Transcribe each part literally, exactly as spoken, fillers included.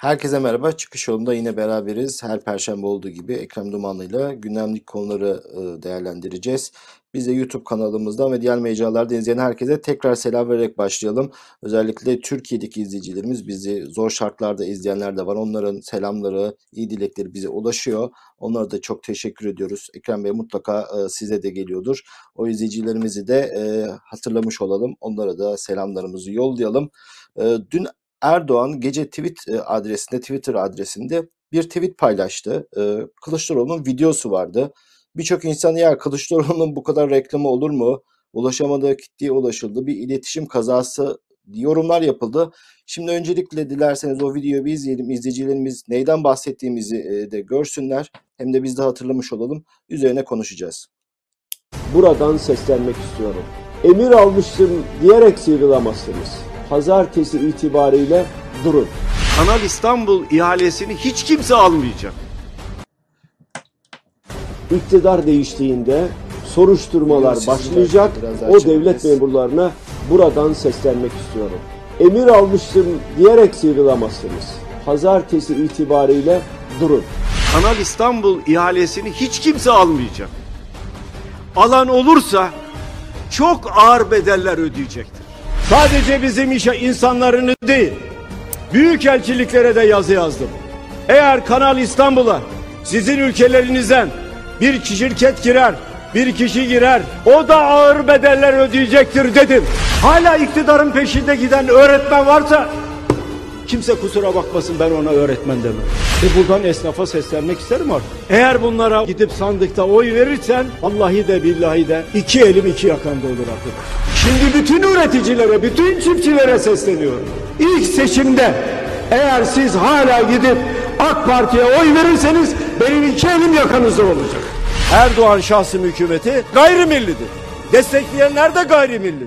Herkese merhaba. Çıkış yolunda yine beraberiz. Her perşembe olduğu gibi Ekrem Dumanlı'yla gündemlik konuları e, değerlendireceğiz. Biz de YouTube kanalımızdan ve diğer mecralarda izleyen herkese tekrar selam vererek başlayalım. Özellikle Türkiye'deki izleyicilerimiz, bizi zor şartlarda izleyenler de var. Onların selamları, iyi dilekleri bize ulaşıyor. Onlara da çok teşekkür ediyoruz. Ekrem Bey mutlaka e, size de geliyordur. O izleyicilerimizi de e, hatırlamış olalım. Onlara da selamlarımızı yollayalım. E, dün Erdoğan gece tweet e, adresinde, Twitter adresinde bir tweet paylaştı. E, Kılıçdaroğlu'nun videosu vardı. Birçok insan ya Kılıçdaroğlu'nun bu kadar reklamı olur mu? Ulaşamadığı kitleye ulaşıldı. Bir iletişim kazası yorumlar yapıldı. Şimdi öncelikle dilerseniz o videoyu bir izleyelim. İzleyicilerimiz neyden bahsettiğimizi e, de görsünler. Hem de biz de hatırlamış olalım. Üzerine konuşacağız. Buradan seslenmek istiyorum. Emir almıştım diyerek sıyrılamazsınız. Pazartesi itibariyle durun. Kanal İstanbul ihalesini hiç kimse almayacak. İktidar değiştiğinde soruşturmalar Sizin başlayacak. biraz daha O çeviriniz. devlet memurlarına buradan seslenmek istiyorum. Emir almıştım diyerek sıyrılamazsınız. Pazartesi itibariyle durun. Kanal İstanbul ihalesini hiç kimse almayacak. Alan olursa çok ağır bedeller ödeyecektir. Sadece bizim işe insanlarını değil, büyükelçiliklere de yazı yazdım. Eğer Kanal İstanbul'a sizin ülkelerinizden bir şirket girer, bir kişi girer, o da ağır bedeller ödeyecektir dedim. Hala iktidarın peşinde giden öğretmen varsa kimse kusura bakmasın, ben ona öğretmen demem. E buradan esnafa seslenmek isterim artık. Eğer bunlara gidip sandıkta oy verirsen vallahi de billahi de iki elim iki yakanda olur artık. Şimdi bütün üreticilere, bütün çiftçilere sesleniyorum. İlk seçimde eğer siz hala gidip AK Parti'ye oy verirseniz benim iki elim yakanızda olacak. Erdoğan şahsım hükümeti gayrimillidir. Destekleyenler de gayrimillidir.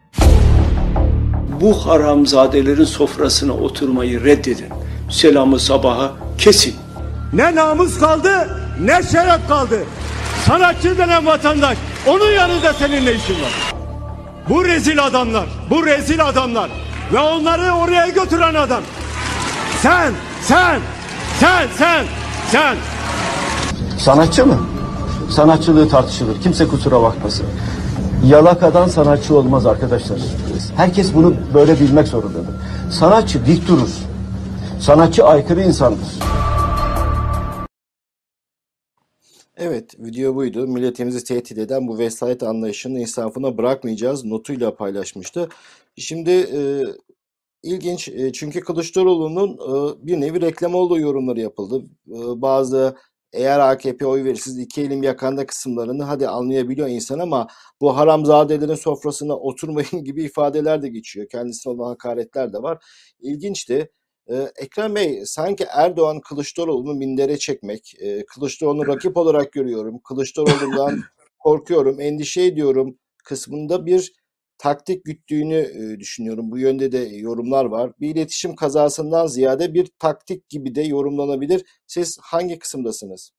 Bu haramzadelerin sofrasına oturmayı reddedin. Selamı sabaha kesin. Ne namus kaldı, ne şeref kaldı. Sanatçı denen vatandaş, onun yanında senin ne işin var? Bu rezil adamlar, bu rezil adamlar ve onları oraya götüren adam. Sen, sen, sen, sen, sen. Sanatçı mı? Sanatçılığı tartışılır. Kimse kusura bakmasın. Yalakadan sanatçı olmaz arkadaşlar. Herkes bunu böyle bilmek zorundadır. Sanatçı dik durur. Sanatçı aykırı insandır. Evet, video buydu. Milletimizi tehdit eden bu vesayet anlayışını insafına bırakmayacağız notuyla paylaşmıştı. Şimdi e, ilginç e, çünkü Kılıçdaroğlu'nun e, bir nevi reklam olduğu yorumları yapıldı. E, bazı eğer A K P oy verirsiniz iki elim yakanda kısımlarını hadi anlayabiliyor insan ama bu haramzadelerin sofrasına oturmayın gibi ifadeler de geçiyor. Kendisine olan hakaretler de var. İlginçti. Ee, Ekrem Bey, sanki Erdoğan Kılıçdaroğlu'nu mindere çekmek, e, Kılıçdaroğlu'nu rakip olarak görüyorum, Kılıçdaroğlu'ndan korkuyorum, endişe ediyorum kısmında bir taktik güttüğünü e, düşünüyorum. Bu yönde de yorumlar var. Bir iletişim kazasından ziyade bir taktik gibi de yorumlanabilir. Siz hangi kısımdasınız?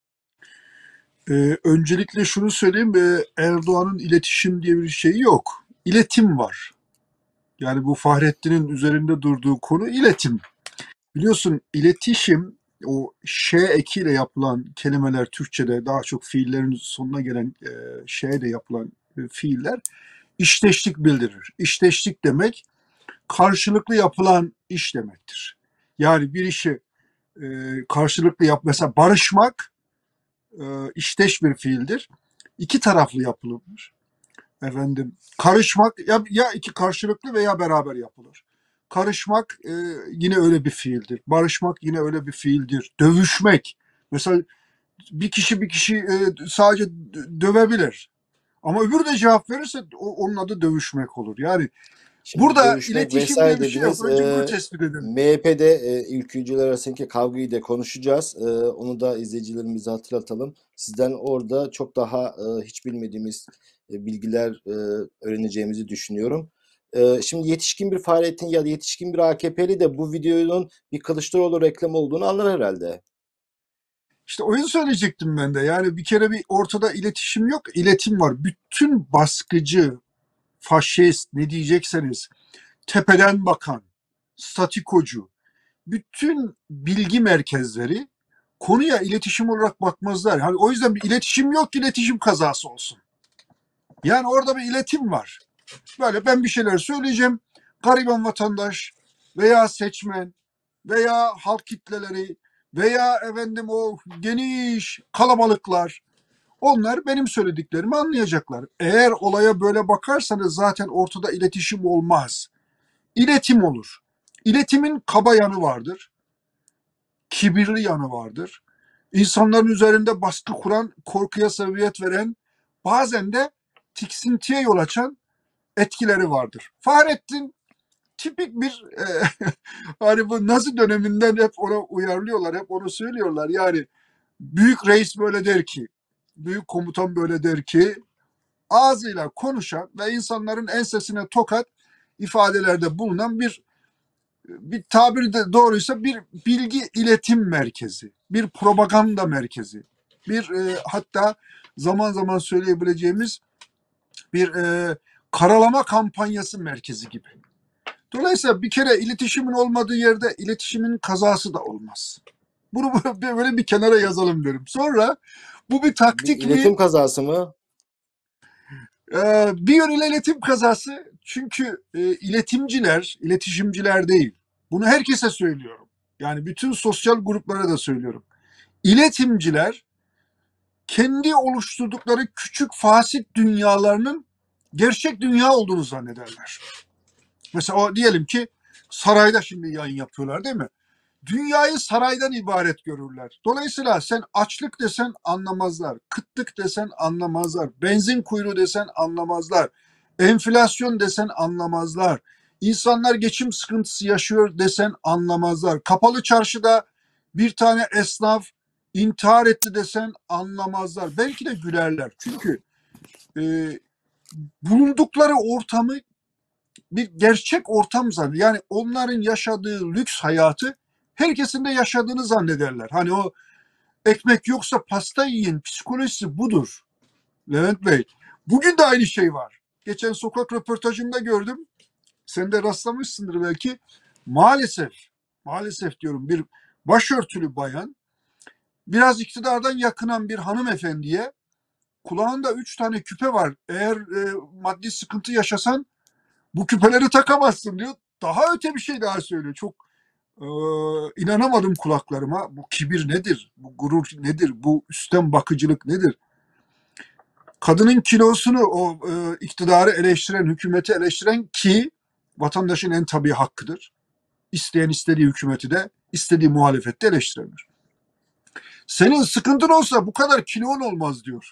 Ee, öncelikle şunu söyleyeyim, e, Erdoğan'ın iletişim diye bir şeyi yok. İletim var. Yani bu Fahrettin'in üzerinde durduğu konu iletim. Biliyorsun iletişim, o ş ekiyle yapılan kelimeler Türkçe'de daha çok fiillerin sonuna gelen e, ş'de yapılan e, fiiller işteşlik bildirir. İşteşlik demek karşılıklı yapılan iş demektir. Yani bir işi e, karşılıklı yap, mesela barışmak e, işteş bir fiildir. İki taraflı yapılır. Efendim, karışmak ya, ya iki karşılıklı veya beraber yapılır. Karışmak e, yine öyle bir fiildir. Barışmak yine öyle bir fiildir. Dövüşmek. Mesela bir kişi bir kişi e, sadece dö- dövebilir. Ama öbürü de cevap verirse o, onun adı dövüşmek olur. Yani Şimdi burada dövüşmek iletişim vesaire diye bir şey yok. dediniz. Önce bunu Ee, tespit edelim. M H P'de e, ülkücüler arasındaki kavgayı da konuşacağız. Ee, onu da izleyicilerimize hatırlatalım. Sizden orada çok daha e, hiç bilmediğimiz e, bilgiler e, öğreneceğimizi düşünüyorum. E, şimdi yetişkin bir Fahrettin ya da yetişkin bir A K P'li de bu videonun bir Kılıçdaroğlu reklamı olduğunu anlar herhalde. İşte oyunu söyleyecektim ben de. Yani bir kere bir ortada iletişim yok, iletim var. Bütün baskıcı, faşist ne diyecekseniz, tepeden bakan, statikocu, bütün bilgi merkezleri konuya iletişim olarak bakmazlar. Hani o yüzden bir iletişim yok ki iletişim kazası olsun. Yani orada bir iletim var. Böyle ben bir şeyler söyleyeceğim. Gariban vatandaş veya seçmen veya halk kitleleri veya efendim o geniş kalabalıklar, onlar benim söylediklerimi anlayacaklar. Eğer olaya böyle bakarsanız zaten ortada iletişim olmaz. İletim olur. İletimin kaba yanı vardır. Kibirli yanı vardır. İnsanların üzerinde baskı kuran, korkuya sebebiyet veren, bazen de tiksintiye yol açan etkileri vardır. Fahrettin tipik bir e, hani bu Nazi döneminden hep ona uyarlıyorlar, hep onu söylüyorlar. Yani büyük reis böyle der ki, büyük komutan böyle der ki, ağzıyla konuşan ve insanların ensesine tokat ifadelerde bulunan bir bir tabiri de doğruysa bir bilgi iletim merkezi, bir propaganda merkezi, bir e, hatta zaman zaman söyleyebileceğimiz bir e, karalama kampanyası merkezi gibi. Dolayısıyla bir kere iletişimin olmadığı yerde iletişimin kazası da olmaz. Bunu böyle bir kenara yazalım derim. Sonra bu bir taktik Bir mi? iletim kazası mı? Ee, bir yönüyle iletim kazası. Çünkü e, iletimciler, iletişimciler değil. Bunu herkese söylüyorum. Yani bütün sosyal gruplara da söylüyorum. İletimciler kendi oluşturdukları küçük fasit dünyalarının gerçek dünya olduğunu zannederler. Mesela o diyelim ki sarayda şimdi yayın yapıyorlar değil mi? Dünyayı saraydan ibaret görürler. Dolayısıyla sen açlık desen anlamazlar. Kıtlık desen anlamazlar. Benzin kuyruğu desen anlamazlar. Enflasyon desen anlamazlar. İnsanlar geçim sıkıntısı yaşıyor desen anlamazlar. Kapalı çarşıda bir tane esnaf intihar etti desen anlamazlar. Belki de gülerler. Çünkü e, bulundukları ortamı bir gerçek ortam zannediyor. Yani onların yaşadığı lüks hayatı herkesin de yaşadığını zannederler. Hani o ekmek yoksa pasta yiyin psikolojisi budur Levent Bey. Bugün de aynı şey var. Geçen sokak röportajında gördüm. Sen de rastlamışsındır belki. Maalesef, maalesef diyorum, bir başörtülü bayan biraz iktidardan yakınan bir hanımefendiye kulağında üç tane küpe var. Eğer e, maddi sıkıntı yaşasan bu küpeleri takamazsın diyor. Daha öte bir şey daha söylüyor. Çok e, inanamadım kulaklarıma. Bu kibir nedir? Bu gurur nedir? Bu üstten bakıcılık nedir? Kadının kilosunu o e, iktidarı eleştiren, hükümeti eleştiren ki vatandaşın en tabii hakkıdır. İsteyen istediği hükümeti de istediği muhalefette eleştirebilir. Senin sıkıntın olsa bu kadar kilon olmaz diyor.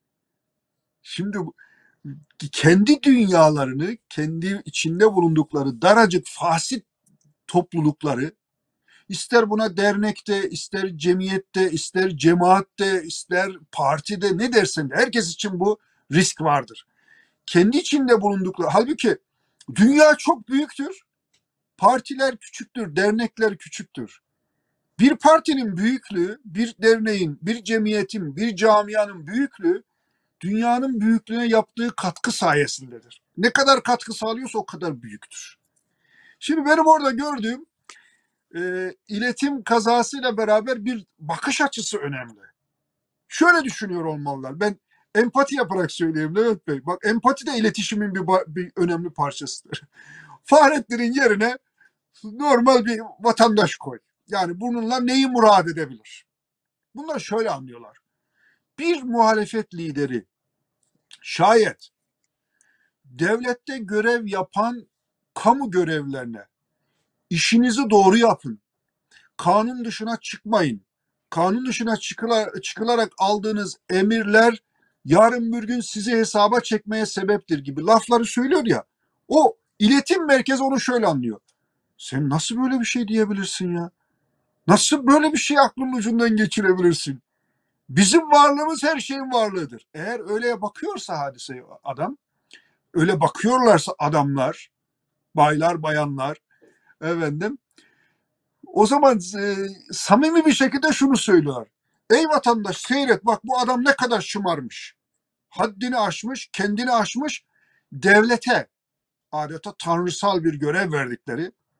Şimdi kendi dünyalarını, kendi içinde bulundukları daracık fasit toplulukları, ister buna dernekte, ister cemiyette, ister cemaatte, ister partide, ne dersen de herkes için bu risk vardır. Kendi içinde bulundukları, halbuki dünya çok büyüktür, partiler küçüktür, dernekler küçüktür. Bir partinin büyüklüğü, bir derneğin, bir cemiyetin, bir camianın büyüklüğü, dünyanın büyüklüğüne yaptığı katkı sayesindedir. Ne kadar katkı sağlıyorsa o kadar büyüktür. Şimdi benim orada gördüğüm e, iletim kazasıyla beraber bir bakış açısı önemli. Şöyle düşünüyor olmalılar. Ben empati yaparak söyleyeyim Levent Bey. Bak, empati de iletişimin bir, bir önemli parçasıdır. Fahrettin'in yerine normal bir vatandaş koy. Yani bununla neyi murad edebilir? Bunları şöyle anlıyorlar. Bir muhalefet lideri şayet devlette görev yapan kamu görevlerine işinizi doğru yapın, kanun dışına çıkmayın, kanun dışına çıkıla, çıkılarak aldığınız emirler yarın bir gün sizi hesaba çekmeye sebeptir gibi lafları söylüyor ya, o iletim merkezi onu şöyle anlıyor. Sen nasıl böyle bir şey diyebilirsin ya? Nasıl böyle bir şey aklının ucundan geçirebilirsin? Bizim varlığımız her şeyin varlığıdır. Eğer öyle bakıyorsa hadise adam, öyle bakıyorlarsa adamlar, baylar, bayanlar, efendim, o zaman e, samimi bir şekilde şunu söylüyorlar. Ey vatandaş, seyret, bak bu adam ne kadar şımarmış. Haddini aşmış, kendini aşmış, devlete adeta tanrısal bir görev verdikleri,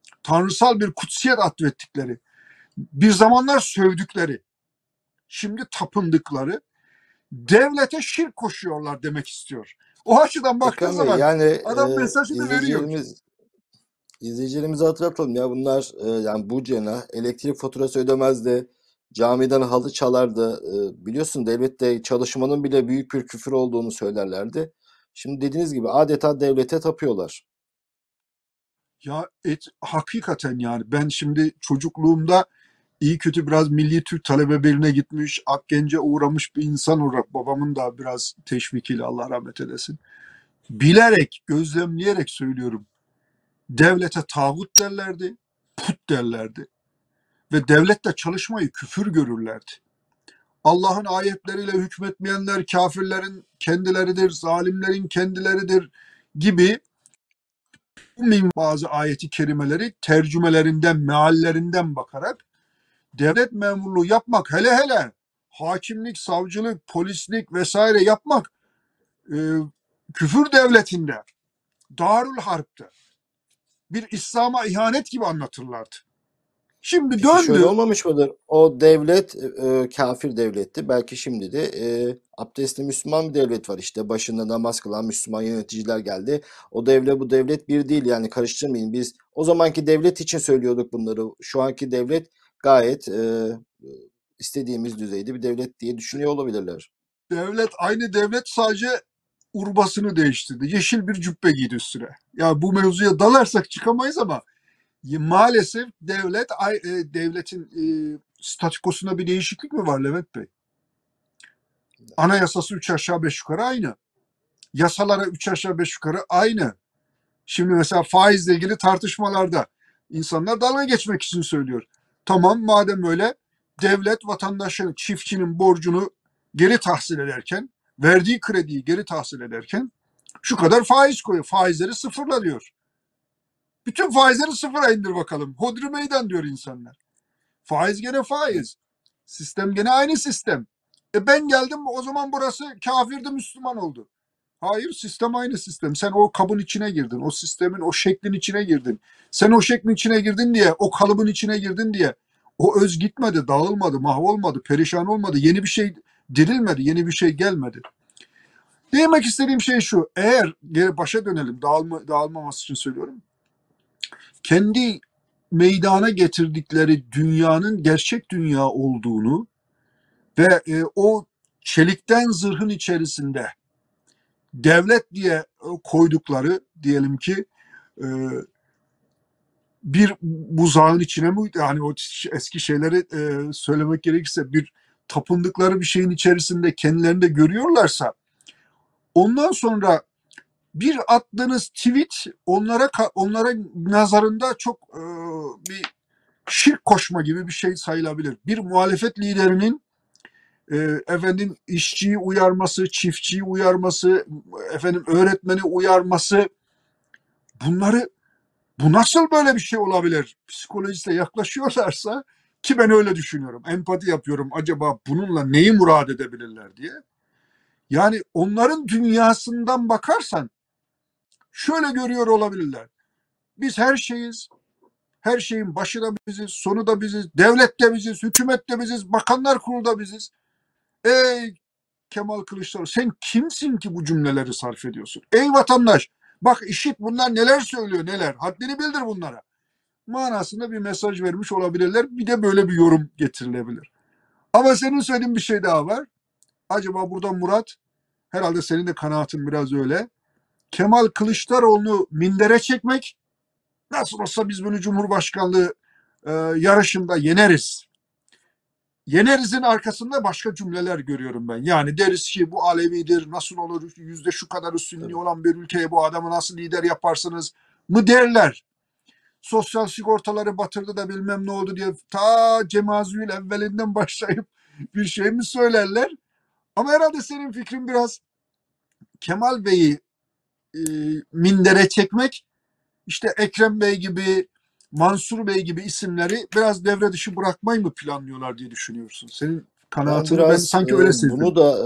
tanrısal bir kutsiyet atfettikleri, bir zamanlar sövdükleri, şimdi tapındıkları devlete şirk koşuyorlar demek istiyor. O açıdan baktığın Ekrem Bey, zaman yani adam e, mesajını veriyor. izleyicilerimiz izleyicilerimize hatırlatalım ya, bunlar e, yani bu cena elektrik faturası ödemez de camiden halı çalardı. E, biliyorsun, devlette çalışmanın bile büyük bir küfür olduğunu söylerlerdi. Şimdi dediğiniz gibi adeta devlete tapıyorlar. Ya et, hakikaten yani ben şimdi çocukluğumda iyi kötü biraz Milli Türk Talebe Birliği'ne gitmiş, Akgenc'e uğramış bir insan olarak babamın da biraz teşvikiyle, Allah rahmet eylesin, bilerek, gözlemleyerek söylüyorum. Devlete tağut derlerdi, put derlerdi ve devlette çalışmayı küfür görürlerdi. Allah'ın ayetleriyle hükmetmeyenler kafirlerin kendileridir, zalimlerin kendileridir gibi bazı ayeti kerimeleri tercümelerinden, meallerinden bakarak devlet memurluğu yapmak, hele hele hakimlik, savcılık, polislik vesaire yapmak e, küfür devletinde, Darül Harp'te bir İslam'a ihanet gibi anlatırlardı. Şimdi Peki şöyle döndü. olmamış mıdır? O devlet e, kafir devletti. Belki şimdi de e, abdestli Müslüman bir devlet var. İşte başında namaz kılan Müslüman yöneticiler geldi. O devlet bu devlet bir değil, yani karıştırmayın. Biz o zamanki devlet için söylüyorduk bunları. Şu anki devlet gayet e, istediğimiz düzeyde bir devlet diye düşünüyor olabilirler. Devlet aynı devlet, sadece urbasını değiştirdi. Yeşil bir cübbe giydi üstüne. Ya bu mevzuya dalarsak çıkamayız ama maalesef devlet devletin e, statükosunda bir değişiklik mi var Levent Bey? Anayasası üç aşağı beş yukarı aynı. Yasalara üç aşağı beş yukarı aynı. Şimdi mesela faizle ilgili tartışmalarda insanlar dalga geçmek için söylüyor. Tamam, madem öyle, devlet vatandaşın, çiftçinin borcunu geri tahsil ederken, verdiği krediyi geri tahsil ederken şu kadar faiz koyuyor. Faizleri sıfırla diyor. Bütün faizleri sıfıra indir bakalım. Hodri meydan diyor insanlar. Faiz gene faiz. Sistem gene aynı sistem. E ben geldim, o zaman burası kafirdi, Müslüman oldu. Hayır, sistem aynı sistem. Sen o kabın içine girdin. O sistemin o şeklin içine girdin. Sen o şeklin içine girdin diye, o kalıbın içine girdin diye o öz gitmedi, dağılmadı, mahvolmadı, perişan olmadı. Yeni bir şey dirilmedi, yeni bir şey gelmedi. Demek istediğim şey şu. Eğer geri başa dönelim, dağılma, dağılmaması için söylüyorum. Kendi meydana getirdikleri dünyanın gerçek dünya olduğunu ve e, o çelikten zırhın içerisinde devlet diye koydukları, diyelim ki e, bir buzağın içine mi, yani o eski şeyleri e, söylemek gerekirse bir tapındıkları bir şeyin içerisinde kendilerini de görüyorlarsa, ondan sonra bir attığınız tweet onlara onlara nazarında çok e, bir şirk koşma gibi bir şey sayılabilir. Bir muhalefet liderinin e, efendim işçiyi uyarması, çiftçiyi uyarması, efendim öğretmeni uyarması, bunları, bu nasıl böyle bir şey olabilir? Psikolojisiyle yaklaşıyorlarsa, ki ben öyle düşünüyorum, empati yapıyorum, acaba bununla neyi murad edebilirler diye. Yani onların dünyasından bakarsan şöyle görüyor olabilirler. Biz her şeyiz. Her şeyin başı da biziz, sonu da biziz, devlet de biziz, hükümet de biziz, bakanlar kurulu da biziz. Ey Kemal Kılıçdaroğlu, sen kimsin ki bu cümleleri sarf ediyorsun? Ey vatandaş, bak işit, bunlar neler söylüyor, neler. Haddini bildir bunlara. Manasında bir mesaj vermiş olabilirler. Bir de böyle bir yorum getirilebilir. Ama senin söylediğin bir şey daha var. Acaba burada Murat, herhalde senin de kanaatin biraz öyle, Kemal Kılıçdaroğlu'nu mindere çekmek, nasıl olsa biz bunu Cumhurbaşkanlığı e, yarışında yeneriz. Yeneriz'in arkasında başka cümleler görüyorum ben. Yani deriz ki bu Alevidir, nasıl olur, yüzde şu kadar Sünni olan bir ülkeye bu adamı nasıl lider yaparsınız mı derler. Sosyal sigortaları batırdı da bilmem ne oldu diye ta Cemazü'yle evvelinden başlayıp bir şey mi söylerler. Ama herhalde senin fikrin biraz Kemal Bey'i e, mindere çekmek, işte Ekrem Bey gibi, Mansur Bey gibi isimleri biraz devre dışı bırakmayı mı planlıyorlar diye düşünüyorsun? Senin Ben kanaatini ben biraz sanki e, öyle sezdim. bunu da e,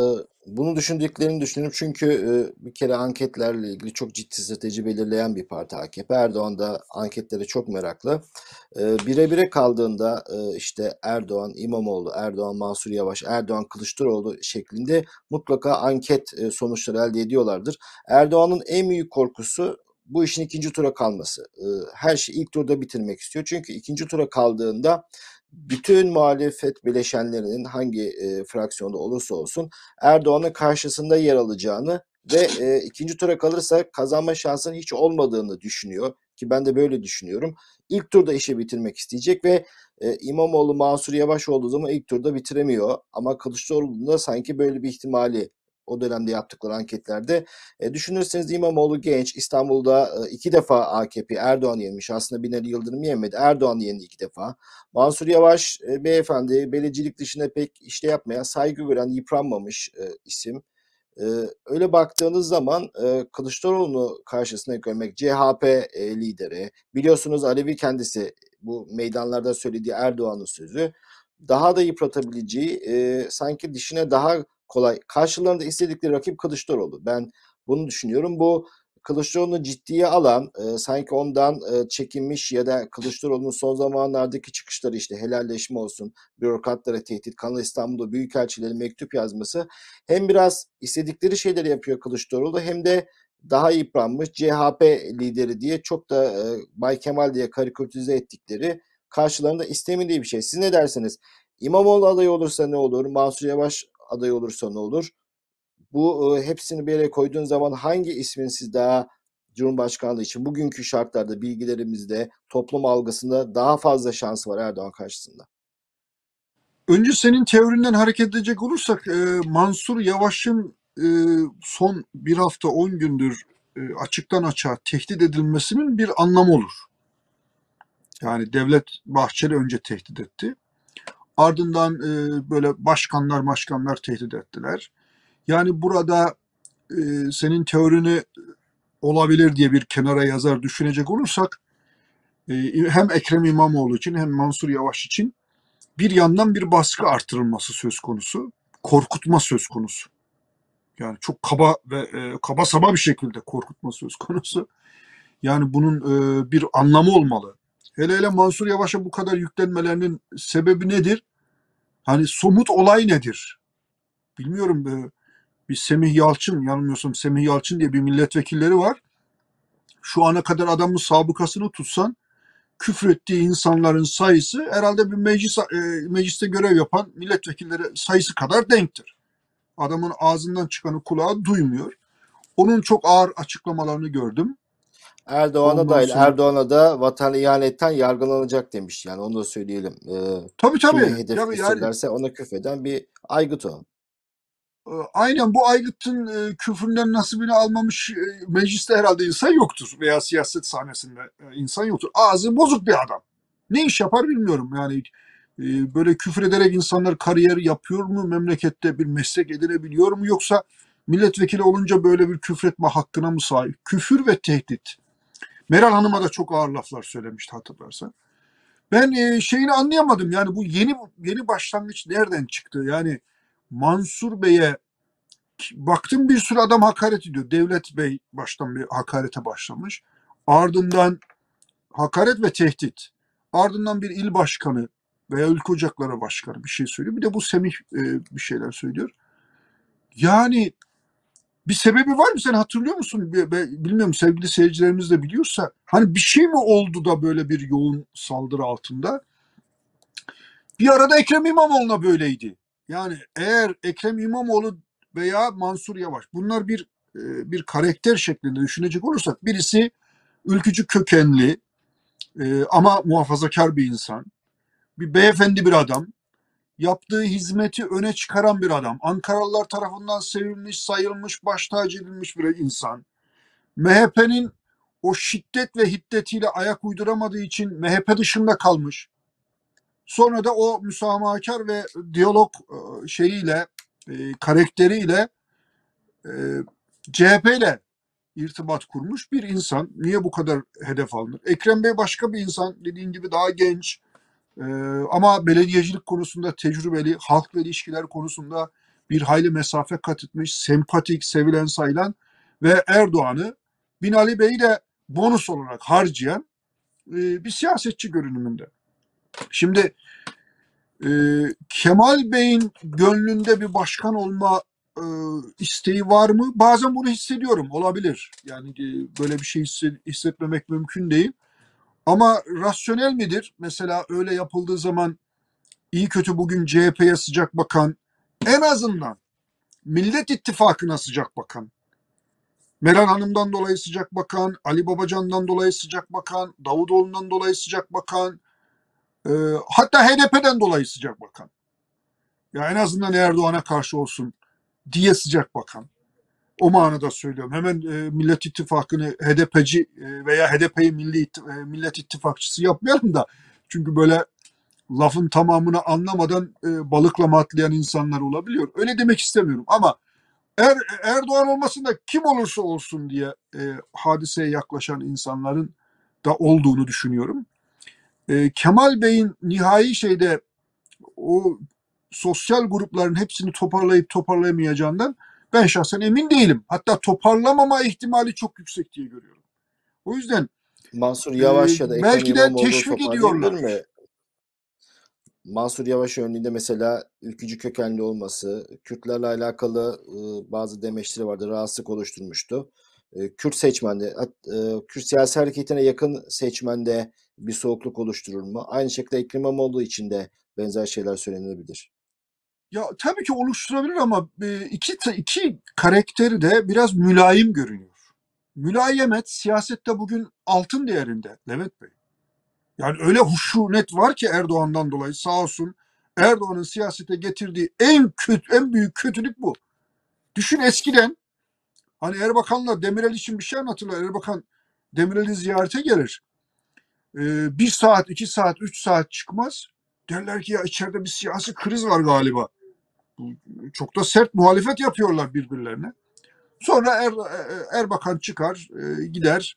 Bunu düşündüklerini düşünüyorum çünkü e, bir kere anketlerle ilgili çok ciddi strateji belirleyen bir parti A K P. Erdoğan da anketlere çok meraklı. E, bire bire kaldığında e, işte Erdoğan, İmamoğlu, Erdoğan, Mansur Yavaş, Erdoğan, Kılıçdaroğlu şeklinde mutlaka anket e, sonuçları elde ediyorlardır. Erdoğan'ın en büyük korkusu bu işin ikinci tura kalması. E, her şeyi ilk turda bitirmek istiyor. Çünkü ikinci tura kaldığında bütün muhalefet bileşenlerinin hangi e, fraksiyonda olursa olsun Erdoğan'ın karşısında yer alacağını ve e, ikinci tura kalırsa kazanma şansının hiç olmadığını düşünüyor ki ben de böyle düşünüyorum. İlk turda işi bitirmek isteyecek ve e, İmamoğlu, Mansur Yavaş olduğu zaman ilk turda bitiremiyor ama Kılıçdaroğlu'nda sanki böyle bir ihtimali o dönemde yaptıkları anketlerde e, düşünürseniz İmamoğlu genç, İstanbul'da e, iki defa A K P Erdoğan yenmiş. Aslında Binali Yıldırım yenmedi. Erdoğan yendi iki defa. Mansur Yavaş e, beyefendi belediyelik dışında pek işte yapmayan, saygı gören, yıpranmamış e, isim. E, öyle baktığınız zaman e, Kılıçdaroğlu'nu karşısına görmek, C H P e, lideri, biliyorsunuz Alevi kendisi bu meydanlarda söylediği Erdoğan'ın sözü daha da yıpratabileceği e, sanki dişine daha kolay. Karşılarında istedikleri rakip Kılıçdaroğlu. Ben bunu düşünüyorum. Bu Kılıçdaroğlu'nu ciddiye alan, e, sanki ondan e, çekinmiş ya da Kılıçdaroğlu'nun son zamanlardaki çıkışları işte helalleşme olsun, bürokratlara tehdit, Kanal İstanbul'da büyükelçilere mektup yazması hem biraz istedikleri şeyleri yapıyor Kılıçdaroğlu hem de daha yıpranmış C H P lideri diye çok da e, Bay Kemal diye karikatürize ettikleri karşılarında istemediği bir şey. Siz ne dersiniz? İmamoğlu adayı olursa ne olur? Mansur Yavaş adayı olursa ne olur? Bu e, hepsini bir yere koyduğun zaman hangi ismin siz daha Cumhurbaşkanlığı için bugünkü şartlarda bilgilerimizde toplum algısında daha fazla şansı var Erdoğan karşısında? Önce senin teorinden hareket edecek olursak e, Mansur Yavaş'ın e, son bir hafta on gündür e, açıktan açığa tehdit edilmesinin bir anlamı olur. Yani Devlet Bahçeli önce tehdit etti. Ardından e, böyle başkanlar başkanlar tehdit ettiler. Yani burada e, senin teorini olabilir diye bir kenara yazar düşünecek olursak e, hem Ekrem İmamoğlu için hem Mansur Yavaş için bir yandan bir baskı artırılması söz konusu, korkutma söz konusu. Yani çok kaba ve e, kaba saba bir şekilde korkutma söz konusu. Yani bunun e, bir anlamı olmalı. Hele hele Mansur Yavaş'a bu kadar yüklenmelerinin sebebi nedir? Hani somut olay nedir? Bilmiyorum. E, bir Semih Yalçın, yanılmıyorsam Semih Yalçın diye bir milletvekilleri var. Şu ana kadar adamın sabıkasını tutsan küfrettiği insanların sayısı herhalde bir meclis e, mecliste görev yapan milletvekilleri sayısı kadar denktir. Adamın ağzından çıkanı kulağı duymuyor. Onun çok ağır açıklamalarını gördüm. Erdoğan'a Ondan dahil sonra Erdoğan'a da vatan ihanetten yargılanacak demiş. Yani onu da söyleyelim. Ee, tabii kimi tabii. hedef Yani, yani gösterirlerse ona küfreden bir aygıt o. e, aynen bu aygıtın e, küfründen nasibini almamış e, mecliste herhalde insan yoktur. Veya siyaset sahnesinde e, insan yoktur. Ağzı bozuk bir adam. Ne iş yapar bilmiyorum. Yani e, böyle küfür ederek insanlar kariyer yapıyor mu? Memlekette bir meslek edinebiliyor mu? Yoksa milletvekili olunca böyle bir küfretme hakkına mı sahip? Küfür ve tehdit. Meral Hanım'a da çok ağır laflar söylemişti hatırlarsan. Ben e, şeyini anlayamadım. Yani bu yeni yeni başlangıç nereden çıktı? Yani Mansur Bey'e baktım bir sürü adam hakaret ediyor. Devlet Bey baştan bir hakarete başlamış. Ardından hakaret ve tehdit. Ardından bir il başkanı veya ülke ocakları başkanı bir şey söylüyor. Bir de bu Semih e, bir şeyler söylüyor. Yani bir sebebi var mı? Sen hatırlıyor musun? Bilmiyorum, sevgili seyircilerimiz de biliyorsa. Hani bir şey mi oldu da böyle bir yoğun saldırı altında? Bir arada Ekrem İmamoğlu'na böyleydi. Yani eğer Ekrem İmamoğlu veya Mansur Yavaş bunlar bir e, bir karakter şeklinde düşünecek olursak birisi ülkücü kökenli e, ama muhafazakar bir insan. Bir beyefendi bir adam. Yaptığı hizmeti öne çıkaran bir adam. Ankaralılar tarafından sevilmiş, sayılmış, baş tacı edilmiş bir insan. M H P'nin o şiddet ve hiddetiyle ayak uyduramadığı için M H P dışında kalmış. Sonra da o müsamahakar ve diyalog şeyiyle, karakteriyle C H P ile irtibat kurmuş bir insan. Niye bu kadar hedef alınır? Ekrem Bey başka bir insan. Dediğin gibi daha genç. Ee, ama belediyecilik konusunda tecrübeli, halkla ilişkiler konusunda bir hayli mesafe kat etmiş, sempatik, sevilen sayılan ve Erdoğan'ı Binali Bey'i de bonus olarak harcayan e, bir siyasetçi görünümünde. Şimdi e, Kemal Bey'in gönlünde bir başkan olma e, isteği var mı? Bazen bunu hissediyorum. Olabilir. Yani e, böyle bir şey hissetmemek mümkün değil. Ama rasyonel midir? Mesela öyle yapıldığı zaman iyi kötü bugün C H P'ye sıcak bakan, en azından Millet İttifakı'na sıcak bakan, Meral Hanım'dan dolayı sıcak bakan, Ali Babacan'dan dolayı sıcak bakan, Davutoğlu'ndan dolayı sıcak bakan, e, hatta H D P'den dolayı sıcak bakan. Ya en azından Erdoğan'a karşı olsun diye sıcak bakan. O manada söylüyorum. Hemen e, Millet İttifakı'nı H D P'ci e, veya H D P'yi Milli İttif- e, Millet İttifakçısı yapmayalım da. Çünkü böyle lafın tamamını anlamadan e, balıklama atlayan insanlar olabiliyor. Öyle demek istemiyorum ama er, Erdoğan olmasın da kim olursa olsun diye e, hadiseye yaklaşan insanların da olduğunu düşünüyorum. E, Kemal Bey'in nihai şeyde o sosyal grupların hepsini toparlayıp toparlayamayacağından ben şahsen emin değilim. Hatta toparlamama ihtimali çok yüksek diye görüyorum. O yüzden Mansur e, Yavaş ya da Ekrem belki de İmamoğlu teşvik toparlayabilir ediyorlar. mi? Mansur Yavaş örneğinde mesela ülkücü kökenli olması, Kürtlerle alakalı e, bazı demeçleri vardı, rahatsızlık oluşturmuştu. E, Kürt seçmende, hat- e, Kürt siyasi hareketine yakın seçmende bir soğukluk oluşturur mu? Aynı şekilde Ekrem İmamoğlu için de benzer şeyler söylenebilir. Ya tabii ki oluşturabilir ama e, iki iki karakteri de biraz mülayim görünüyor. Mülayemet siyasette bugün altın değerinde Levent Bey. Yani öyle huşunet var ki Erdoğan'dan dolayı sağ olsun Erdoğan'ın siyasete getirdiği en kötü, en büyük kötülük bu. Düşün eskiden hani Erbakan'la Demirel için bir şey anlatırlar. Erbakan Demirel'i ziyarete gelir. Ee, bir saat, iki saat, üç saat çıkmaz. Derler ki ya içeride bir siyasi kriz var galiba. Çok da sert muhalefet yapıyorlar birbirlerine. Sonra er, Erbakan çıkar, e, gider.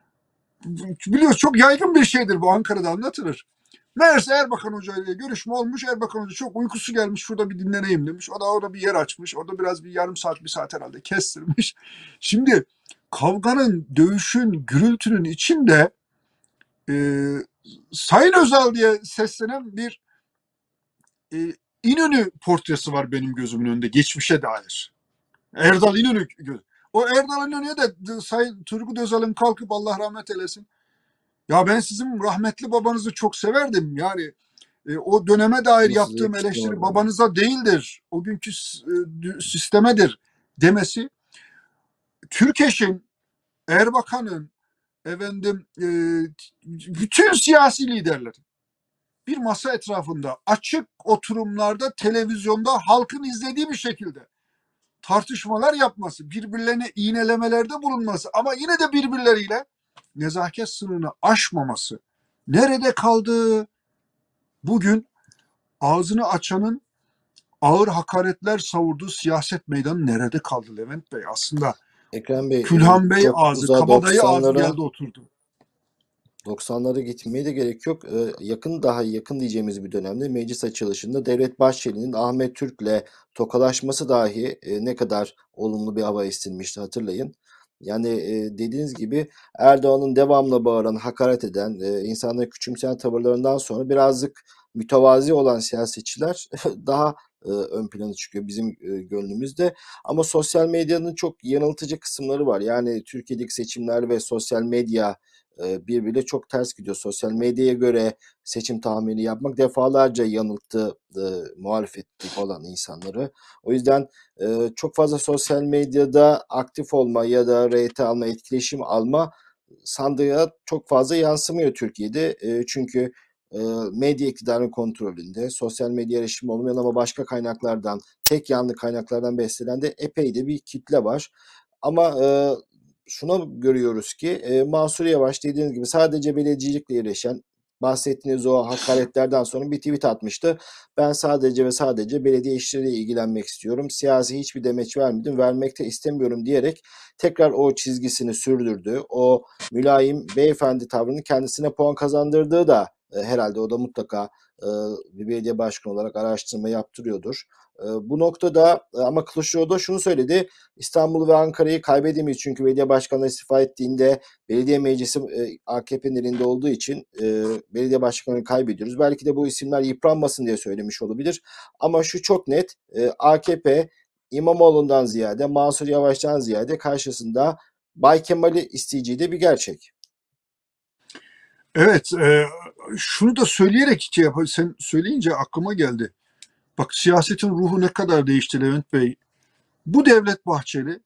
Biliyoruz çok yaygın bir şeydir bu, Ankara'da anlatılır. Meğerse Erbakan Hoca ile görüşme olmuş. Erbakan Hoca çok uykusu gelmiş, şurada bir dinleneyim demiş. O da orada bir yer açmış. Orada biraz bir yarım saat, bir saat herhalde kestirmiş. Şimdi kavganın, dövüşün, gürültünün içinde e, Sayın Özal diye seslenen bir e, İnönü portresi var benim gözümün önünde geçmişe dair. Erdal İnönü. O Erdal İnönü'ye de Sayın Turgut Özal'ın kalkıp Allah rahmet eylesin. Ya ben sizin rahmetli babanızı çok severdim. Yani e, o döneme dair Nasıl yaptığım yakıştı eleştiri ona? babanıza değildir. O günkü e, sistemedir demesi. Türkeş'in, Erbakan'ın, efendim e, bütün siyasi liderlerin bir masa etrafında açık oturumlarda televizyonda halkın izlediği bir şekilde tartışmalar yapması, birbirlerine iğnelemelerde bulunması ama yine de birbirleriyle nezaket sınırını aşmaması nerede kaldı? Bugün ağzını açanın ağır hakaretler savurduğu siyaset meydanı nerede kaldı Levent Bey? Aslında Ekrem Bey, e, Külhan Bey çok ağzı, uzağa Kabadayı ağzı doksanlara geldi oturdu. doksanlara gitmeye de gerek yok. Ee, yakın daha yakın diyeceğimiz bir dönemde meclis açılışında Devlet Bahçeli'nin Ahmet Türk'le tokalaşması dahi e, ne kadar olumlu bir hava estirmişti hatırlayın. Yani e, dediğiniz gibi Erdoğan'ın devamlı bağıran, hakaret eden, e, insanları küçümseyen tavırlarından sonra birazcık mütevazi olan siyasetçiler daha e, ön plana çıkıyor bizim e, gönlümüzde. Ama sosyal medyanın çok yanıltıcı kısımları var. Yani Türkiye'deki seçimler ve sosyal medya e, birbiriyle çok ters gidiyor. Sosyal medyaya göre seçim tahmini yapmak defalarca yanılttı e, muhalefetlik olan insanları. O yüzden e, çok fazla sosyal medyada aktif olma ya da reyting alma, etkileşim alma sandığa çok fazla yansımıyor Türkiye'de. E, çünkü e, medya iktidarın kontrolünde. Sosyal medya erişimi olmayan ama başka kaynaklardan, tek yanlı kaynaklardan beslenen de epey de bir kitle var. Ama e, şuna görüyoruz ki e, Mansur Yavaş dediğiniz gibi sadece belediyecilikle uğraşan, bahsettiğiniz o hakaretlerden sonra bir tweet atmıştı. Ben sadece ve sadece belediye işleriyle ilgilenmek istiyorum. Siyasi hiçbir demeç vermedim, vermek de istemiyorum diyerek tekrar o çizgisini sürdürdü. O mülayim beyefendi tavrını kendisine puan kazandırdığı da e, herhalde o da mutlaka e, bir belediye başkanı olarak araştırma yaptırıyordur. E, bu noktada e, ama Kılıçdaroğlu da şunu söyledi. İstanbul ve Ankara'yı kaybedemeyiz çünkü belediye başkanlığı istifa ettiğinde belediye meclisi e, A K P'nin elinde olduğu için e, belediye başkanlığını kaybediyoruz. Belki de bu isimler yıpranmasın diye söylemiş olabilir. Ama şu çok net, e, A K P İmamoğlu'ndan ziyade, Mansur Yavaş'tan ziyade karşısında Bay Kemal'i isteyeceği de bir gerçek. Evet, e, şunu da söyleyerek şey yapayım. Sen söyleyince aklıma geldi. Bak siyasetin ruhu ne kadar değişti Levent Bey. Bu Devlet Bahçeli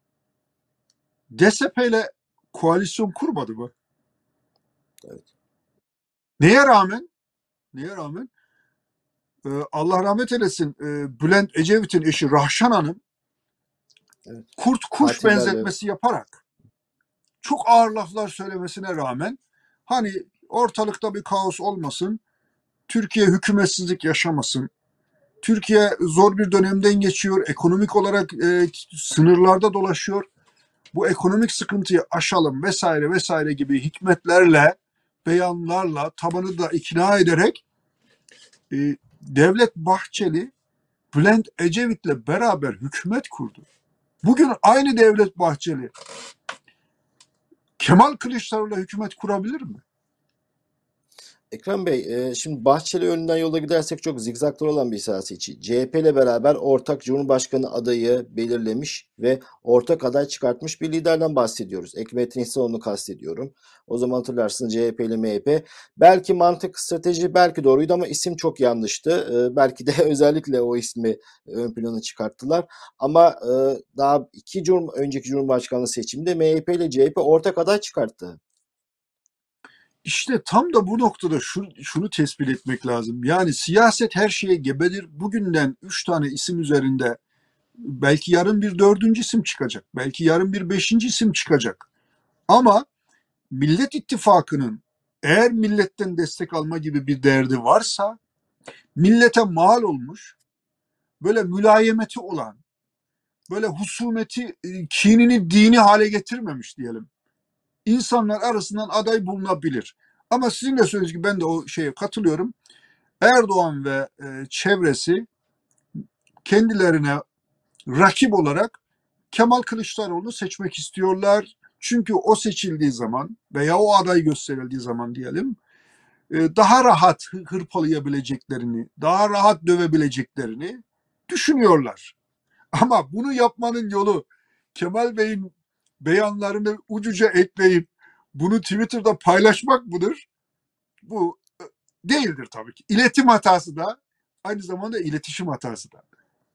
D S P ile koalisyon kurmadı mı? Evet. Neye rağmen? Neye rağmen? Ee, Allah rahmet eylesin. e, Bülent Ecevit'in eşi Rahşan Hanım Evet. kurt kuş Katillerle- benzetmesi yaparak çok ağır laflar söylemesine rağmen hani ortalıkta bir kaos olmasın, Türkiye hükümetsizlik yaşamasın, Türkiye zor bir dönemden geçiyor, ekonomik olarak e, sınırlarda dolaşıyor, bu ekonomik sıkıntıyı aşalım vesaire vesaire gibi hikmetlerle, beyanlarla, tabanı da ikna ederek e, Devlet Bahçeli Bülent Ecevit'le beraber hükümet kurdu. Bugün aynı Devlet Bahçeli Kemal Kılıçdaroğlu'yla hükümet kurabilir mi? Ekrem Bey, e, şimdi Bahçeli önünden yola gidersek çok zigzaklar olan bir siyasetçi. C H P ile beraber ortak Cumhurbaşkanı adayı belirlemiş ve ortak aday çıkartmış bir liderden bahsediyoruz. Ekmet İhsanoğlu'nu kastediyorum. O zaman hatırlarsınız C H P ile M H P. Belki mantık, strateji belki doğruydu ama isim çok yanlıştı. E, belki de özellikle o ismi ön plana çıkarttılar. Ama e, daha iki Cum önceki Cumhurbaşkanlığı seçiminde M H P ile C H P ortak aday çıkarttı. İşte tam da bu noktada şunu, şunu tespit etmek lazım. Yani siyaset her şeye gebedir. Bugünden üç tane isim üzerinde belki yarın bir dördüncü isim çıkacak. Belki yarın bir beşinci isim çıkacak. Ama Millet İttifakı'nın eğer milletten destek alma gibi bir derdi varsa millete mal olmuş, böyle mülayemeti olan, böyle husumeti, kinini dini hale getirmemiş diyelim. İnsanlar arasından aday bulunabilir. Ama sizin de söylediğiniz gibi ben de o şeye katılıyorum. Erdoğan ve e, çevresi kendilerine rakip olarak Kemal Kılıçdaroğlu'nu seçmek istiyorlar. Çünkü o seçildiği zaman veya o aday gösterildiği zaman diyelim e, daha rahat hırpalayabileceklerini, daha rahat dövebileceklerini düşünüyorlar. Ama bunu yapmanın yolu Kemal Bey'in beyanlarını ucuca ekleyip bunu Twitter'da paylaşmak mıdır? Bu e, değildir tabii ki. İletim hatası da aynı zamanda iletişim hatası da.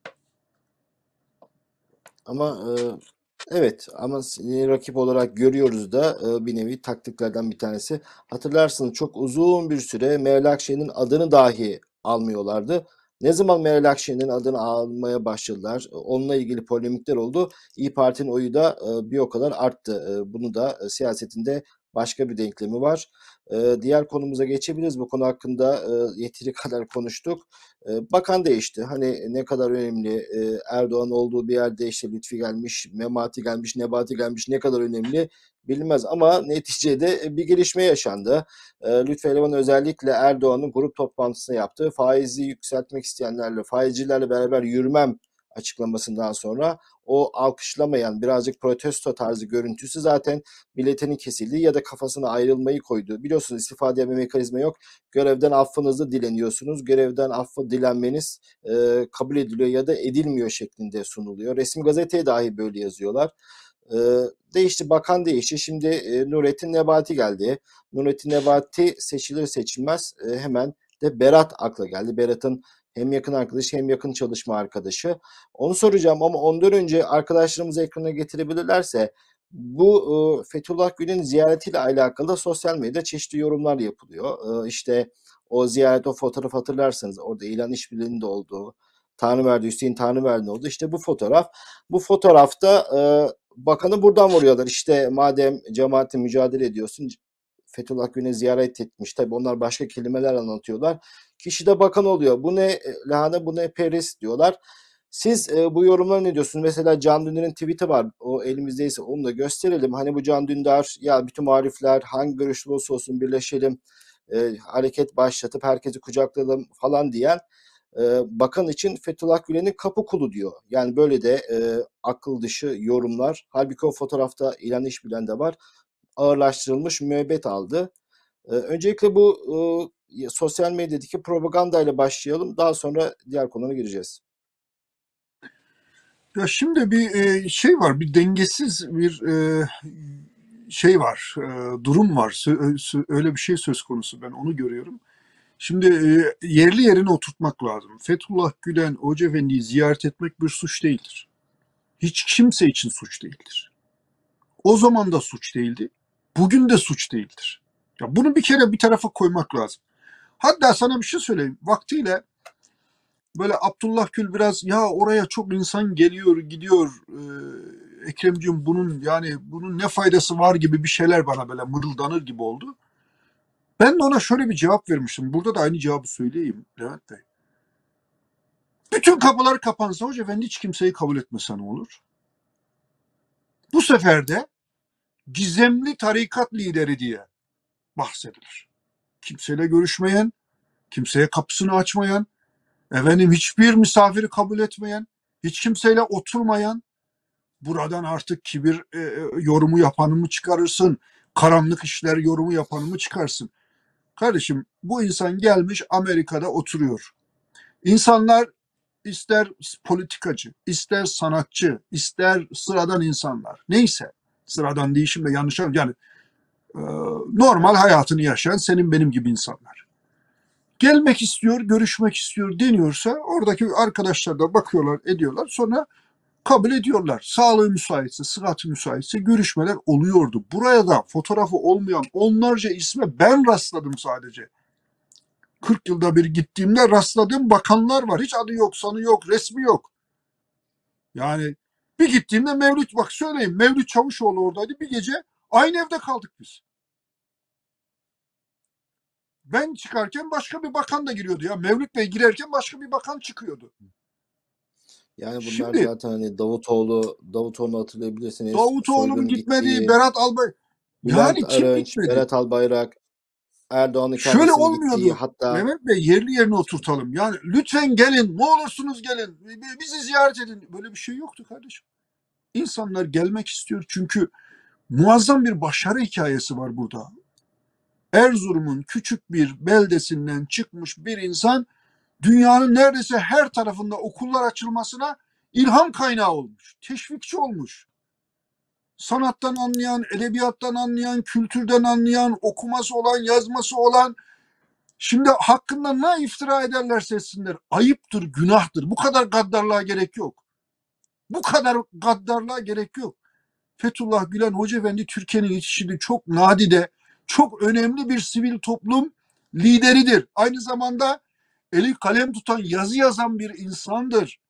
Ama e, evet ama seni rakip olarak görüyoruz da e, bir nevi taktiklerden bir tanesi. Hatırlarsınız çok uzun bir süre Meral Akşener'in adını dahi almıyorlardı. Ne zaman Meral Akşener'in adını almaya başladılar, onunla ilgili polemikler oldu. İYİ Parti'nin oyu da e, bir o kadar arttı. E, bunu da e, siyasetinde başka bir denklemi var. E, diğer konumuza geçebiliriz. Bu konu hakkında e, yeteri kadar konuştuk. E, bakan değişti. Hani ne kadar önemli. E, Erdoğan olduğu bir yerde işte Lütfi gelmiş, Memati gelmiş, Nebati gelmiş ne kadar önemli bilinmez. Ama neticede bir gelişme yaşandı. E, Lütfi Elvan özellikle Erdoğan'ın grup toplantısını yaptığı faizi yükseltmek isteyenlerle, faizcilerle beraber yürümem açıklamasından sonra o alkışlamayan birazcık protesto tarzı görüntüsü zaten biletinin kesildiği ya da kafasına ayrılmayı koyduğu. Biliyorsunuz istifa diye bir mekanizma yok. Görevden affınızı dileniyorsunuz. Görevden affı dilenmeniz e, kabul ediliyor ya da edilmiyor şeklinde sunuluyor. Resmi gazeteye dahi böyle yazıyorlar. E, değişti, bakan değişti. Şimdi e, Nurettin Nebati geldi. Nurettin Nebati seçilir seçilmez e, hemen de Berat akla geldi. Berat'ın hem yakın arkadaşı hem yakın çalışma arkadaşı. Onu soracağım ama ondan önce arkadaşlarımızı ekrana getirebilirlerse bu e, Fethullah Gülen'in ziyaretiyle alakalı sosyal medyada çeşitli yorumlar yapılıyor. E, işte o ziyaret, o fotoğraf hatırlarsanız orada ilan işbirliğinin de olduğu, Tanrıverdi, Hüseyin Tanrıverdi oldu. İşte bu fotoğraf. Bu fotoğrafta e, bakanı buradan vuruyorlar. İşte madem cemaati mücadele ediyorsun, Fethullah Gülen'i ziyaret etmiş. Tabii onlar başka kelimeler anlatıyorlar. Kişi de bakan oluyor. Bu ne lahana, bu ne peris diyorlar. Siz e, bu yorumlara ne diyorsunuz? Mesela Can Dündar'ın tweet'i var. O elimizdeyse onu da gösterelim. Hani bu Can Dündar ya bütün muhalifler hangi görüşlü olursa olsun birleşelim, e, hareket başlatıp herkesi kucaklayalım falan diyen e, bakan için Fethullah Gülen'in kapı kulu diyor. Yani böyle de e, akıl dışı yorumlar. Halbuki o fotoğrafta İlhan İşbilen de var. Ağırlaştırılmış müebbet aldı. E, öncelikle bu e, sosyal medyadaki propagandayla başlayalım. Daha sonra diğer konulara gireceğiz. Ya şimdi bir e, şey var, bir dengesiz bir e, şey var, e, durum var. Sö- sö- öyle bir şey söz konusu, ben onu görüyorum. Şimdi e, yerli yerine oturtmak lazım. Fethullah Gülen Hocaefendi'yi ziyaret etmek bir suç değildir. Hiç kimse için suç değildir. O zaman da suç değildi, bugün de suç değildir. Ya bunu bir kere bir tarafa koymak lazım. Hatta sana bir şey söyleyeyim. Vaktiyle böyle Abdullah Gül biraz ya oraya çok insan geliyor gidiyor e, Ekremciğim bunun yani bunun ne faydası var gibi bir şeyler bana böyle mırıldanır gibi oldu. Ben de ona şöyle bir cevap vermiştim. Burada da aynı cevabı söyleyeyim Levent Bey. Bütün kapılar kapansa Hoca Efendi hiç kimseyi kabul etmese ne olur? Bu sefer de gizemli tarikat lideri diye bahsedilir. Kimseyle görüşmeyen, kimseye kapısını açmayan, efendim hiçbir misafiri kabul etmeyen, hiç kimseyle oturmayan, buradan artık kibir e, yorumu yapanı mı çıkarırsın, karanlık işler yorumu yapanı mı çıkarsın? Kardeşim bu insan gelmiş Amerika'da oturuyor. İnsanlar ister politikacı, ister sanatçı, ister sıradan insanlar. Neyse sıradan değişimle yanlış yani e, normal hayatını yaşayan senin benim gibi insanlar. Gelmek istiyor, görüşmek istiyor deniyorsa oradaki arkadaşlar da bakıyorlar, ediyorlar. Sonra kabul ediyorlar. Sağlığı müsaitse, sıhhati müsaitse görüşmeler oluyordu. Buraya da fotoğrafı olmayan onlarca isme ben rastladım sadece. kırk yılda bir gittiğimde rastladığım bakanlar var. Hiç adı yok, sanı yok, resmi yok. Yani bir gittiğimde Mevlüt, bak söyleyeyim, Mevlüt Çavuşoğlu oradaydı. Bir gece aynı evde kaldık biz. Ben çıkarken başka bir bakan da giriyordu ya. Mevlüt Bey girerken başka bir bakan çıkıyordu. Yani bunlar Şimdi zaten hani Davutoğlu, Davutoğlu'nu hatırlayabilirsiniz. Davutoğlu'nun Soylu'nun gitmediği, gittiği, Berat Albay, Bülent yani kim Arınç, gitmedi? Berat Albayrak, Erdoğan'ın Şöyle kendisinin gittiği, olmuyordu. hatta Mehmet Bey yerli yerine oturtalım. Yani lütfen gelin, ne olursunuz gelin, bizi ziyaret edin. Böyle bir şey yoktu kardeşim. İnsanlar gelmek istiyor çünkü muazzam bir başarı hikayesi var burada. Erzurum'un küçük bir beldesinden çıkmış bir insan dünyanın neredeyse her tarafında okullar açılmasına ilham kaynağı olmuş, teşvikçi olmuş. Sanattan anlayan, edebiyattan anlayan, kültürden anlayan, okuması olan, yazması olan. Şimdi hakkında ne iftira ederlerse etsinler. Ayıptır, günahtır. Bu kadar gaddarlığa gerek yok. Bu kadar gaddarlığa gerek yok. Fethullah Gülen Hocaefendi Türkiye'nin yetiştirdiği çok nadide, çok önemli bir sivil toplum lideridir. Aynı zamanda eli kalem tutan, yazı yazan bir insandır.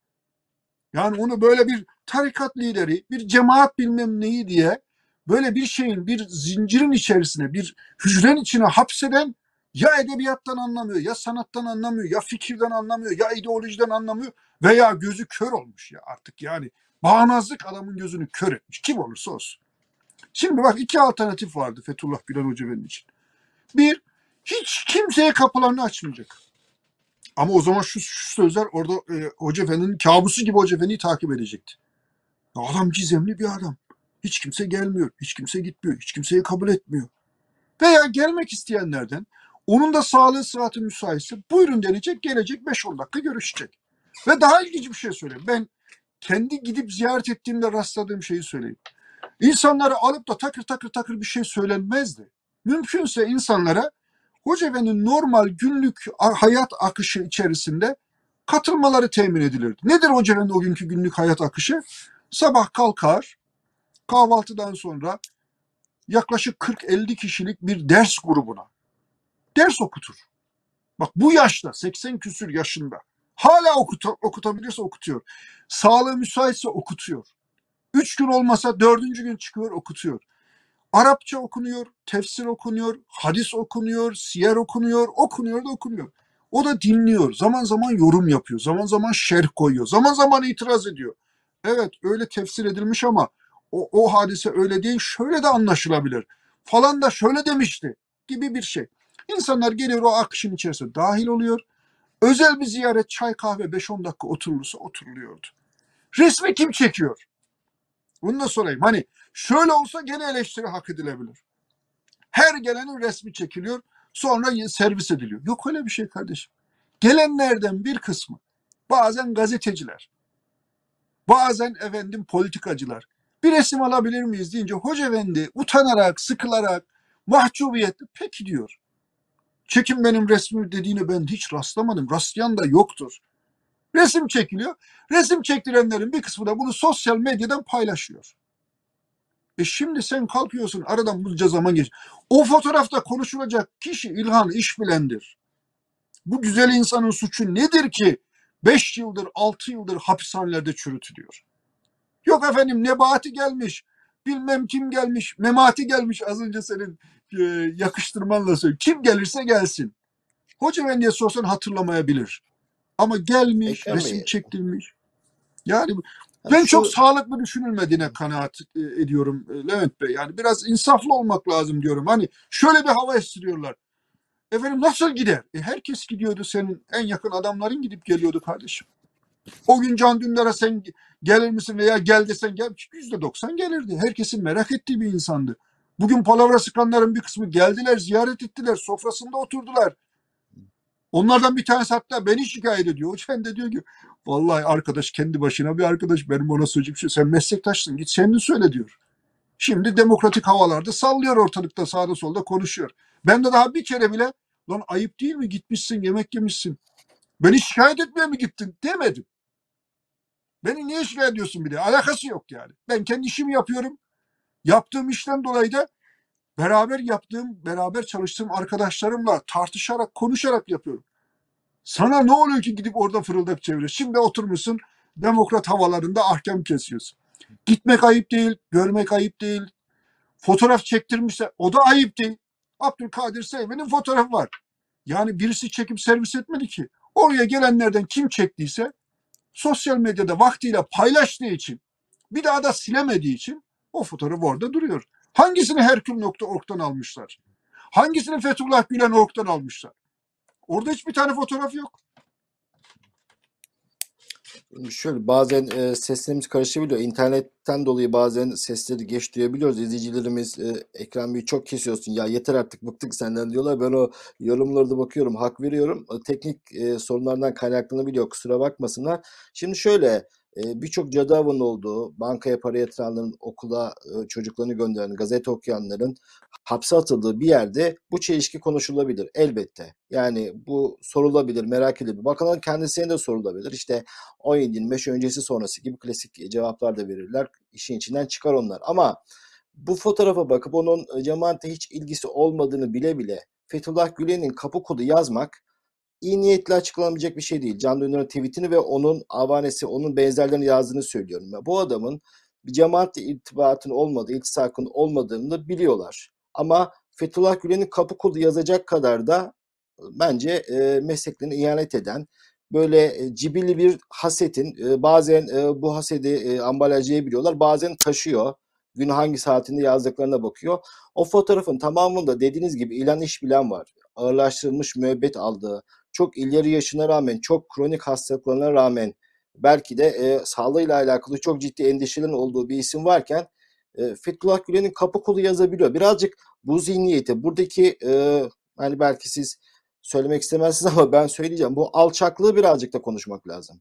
Yani onu böyle bir tarikat lideri, bir cemaat bilmem neyi diye böyle bir şeyin, bir zincirin içerisine, bir hücrenin içine hapseden ya edebiyattan anlamıyor, ya sanattan anlamıyor, ya fikirden anlamıyor, ya ideolojiden anlamıyor veya gözü kör olmuş ya artık yani. Bağnazlık adamın gözünü kör etmiş. Kim olursa olsun. Şimdi bak iki alternatif vardı Fethullah Gülen Hocaefendi için. Bir, hiç kimseye kapılarını açmayacak. Ama o zaman şu, şu sözler orada e, Hocaefendi'nin kabusu gibi Hocaefendi'yi takip edecekti. Ya adam gizemli bir adam. Hiç kimse gelmiyor, hiç kimse gitmiyor, hiç kimseyi kabul etmiyor. Veya gelmek isteyenlerden onun da sağlığı sıhhati müsaitse buyurun denecek, gelecek beş on dakika görüşecek. Ve daha ilginç bir şey söyleyeyim. Ben kendi gidip ziyaret ettiğimde rastladığım şeyi söyleyeyim. İnsanları alıp da takır takır takır bir şey söylenmezdi. Mümkünse insanlara Hocaefendi'nin normal günlük hayat akışı içerisinde katılmaları temin edilirdi. Nedir Hocaefendi o günkü günlük hayat akışı? Sabah kalkar, kahvaltıdan sonra yaklaşık kırk elli kişilik bir ders grubuna ders okutur. Bak bu yaşta, seksen küsür yaşında hala okuta, okutabilirse okutuyor. Sağlığı müsaitse okutuyor. Üç gün olmasa dördüncü gün çıkıyor okutuyor. Arapça okunuyor, tefsir okunuyor, hadis okunuyor, siyer okunuyor, okunuyor da okunuyor. O da dinliyor, zaman zaman yorum yapıyor, zaman zaman şerh koyuyor, zaman zaman itiraz ediyor. Evet öyle tefsir edilmiş ama o, o hadise öyle değil, şöyle de anlaşılabilir. Falan da şöyle demişti gibi bir şey. İnsanlar geliyor o akışın içerisine dahil oluyor. Özel bir ziyaret, çay kahve beş on dakika oturulursa oturuluyordu. Resmi kim çekiyor? Bunu da sorayım. Hani şöyle olsa gene eleştiri hak edilebilir. Her gelenin resmi çekiliyor, sonra servis ediliyor. Yok öyle bir şey kardeşim. Gelenlerden bir kısmı, bazen gazeteciler, bazen efendim politikacılar, bir resim alabilir miyiz deyince hoca efendi utanarak, sıkılarak, mahcubiyetli peki diyor. Çekin benim resmi dediğine ben hiç rastlamadım. Rastlayan da yoktur. Resim çekiliyor. Resim çektirenlerin bir kısmı da bunu sosyal medyadan paylaşıyor. E şimdi sen kalkıyorsun, aradan bunca zaman geç. O fotoğrafta konuşulacak kişi İlhan İşbilen'dir. Bu güzel insanın suçu nedir ki beş yıldır, altı yıldır hapishanelerde çürütülüyor? Yok efendim Nebati gelmiş, bilmem kim gelmiş, Memati gelmiş, az önce senin e, yakıştırmanla söylüyorum. Kim gelirse gelsin. Hoca efendiye sorsan hatırlamayabilir. Ama gelmiş, Ekrem resim Bey, çektirmiş. Yani yani ben şu çok sağlıklı düşünülmediğine kanaat e, ediyorum e, Levent Bey. Yani biraz insaflı olmak lazım diyorum. Hani şöyle bir hava estiriyorlar. Efendim nasıl gider? E herkes gidiyordu, senin en yakın adamların gidip geliyordu kardeşim. O gün Can Dündar'a sen gelir misin veya gel desen gel, yüzde doksan gelirdi. Herkesin merak ettiği bir insandı. Bugün palavra sıkanların bir kısmı geldiler, ziyaret ettiler, sofrasında oturdular. Onlardan bir tanesi hatta beni şikayet ediyor. Hocam de diyor ki vallahi arkadaş kendi başına bir arkadaş, benim ona söyleyecek bir şey. Sen meslektaşsın, git kendin söyle diyor. Şimdi demokratik havalarda sallıyor, ortalıkta sağda solda konuşuyor. Ben de daha bir kere bile lan ayıp değil mi, gitmişsin yemek yemişsin, beni şikayet etmeye mi gittin demedim. Beni niye şikayet ediyorsun bile, alakası yok yani. Ben kendi işimi yapıyorum. Yaptığım işten dolayı da beraber yaptığım, beraber çalıştığım arkadaşlarımla tartışarak, konuşarak yapıyorum. Sana ne oluyor ki gidip orada fırıldak çeviriyorsun? Şimdi oturmuşsun demokrat havalarında ahkam kesiyorsun. Gitmek ayıp değil, görmek ayıp değil. Fotoğraf çektirmişse o da ayıp değil. Abdülkadir Selvi'nin fotoğrafı var. Yani birisi çekip servis etmedi ki. Oraya gelenlerden kim çektiyse sosyal medyada vaktiyle paylaştığı için, bir daha da silemediği için o fotoğraf orada duruyor. Hangisini herkül nokta org'dan almışlar? Hangisini Fethullah Gülen org'dan almışlar? Orada hiçbir tane fotoğraf yok. şöyle bazen e, seslerimiz karışabiliyor. İnternetten dolayı bazen sesleri geç duyabiliyoruz. İzleyicilerimiz e, Ekrem Bey çok kesiyorsun. Ya yeter artık bıktık senden diyorlar. Ben o yorumlara da bakıyorum. Hak veriyorum. O teknik e, sorunlardan kaynaklanabiliyor. Kusura bakmasınlar. Şimdi şöyle e, birçok cadı avının olduğu, bankaya para yatıranların, okula e, çocuklarını gönderen, gazete okuyanların hapse atıldığı bir yerde bu çelişki konuşulabilir elbette. Yani bu sorulabilir, merak edilebilir. Bakanın kendisine de sorulabilir. İşte on yedi yirmi beş öncesi sonrası gibi klasik cevaplar da verirler. İşin içinden çıkar onlar. Ama bu fotoğrafa bakıp onun cemaate hiç ilgisi olmadığını bile bile Fethullah Gülen'in kapı kodu yazmak iyi niyetli açıklanabilecek bir şey değil. Can Dündar'ın tweetini ve onun avanesi, onun benzerlerini yazdığını söylüyorum. Ya bu adamın bir cemaatle irtibatın olmadığı, iltisakın olmadığını da biliyorlar. Ama Fethullah Gülen'in kapı kodu yazacak kadar da bence e, mesleklerine ihanet eden, böyle e, cibili bir hasetin, e, bazen e, bu hasedi e, ambalajlayabiliyorlar, bazen taşıyor. Gün hangi saatinde yazdıklarına bakıyor. O fotoğrafın tamamında dediğiniz gibi ilan iş bilen var. Ağırlaştırılmış müebbet aldığı, çok ileri yaşına rağmen, çok kronik hastalıklarına rağmen, belki de e, sağlığıyla alakalı çok ciddi endişelerin olduğu bir isim varken e, Fethullah Gülen'in kapı kolu yazabiliyor. Birazcık bu zihniyeti, buradaki e, hani belki siz söylemek istemezsiniz ama ben söyleyeceğim. Bu alçaklığı birazcık da konuşmak lazım.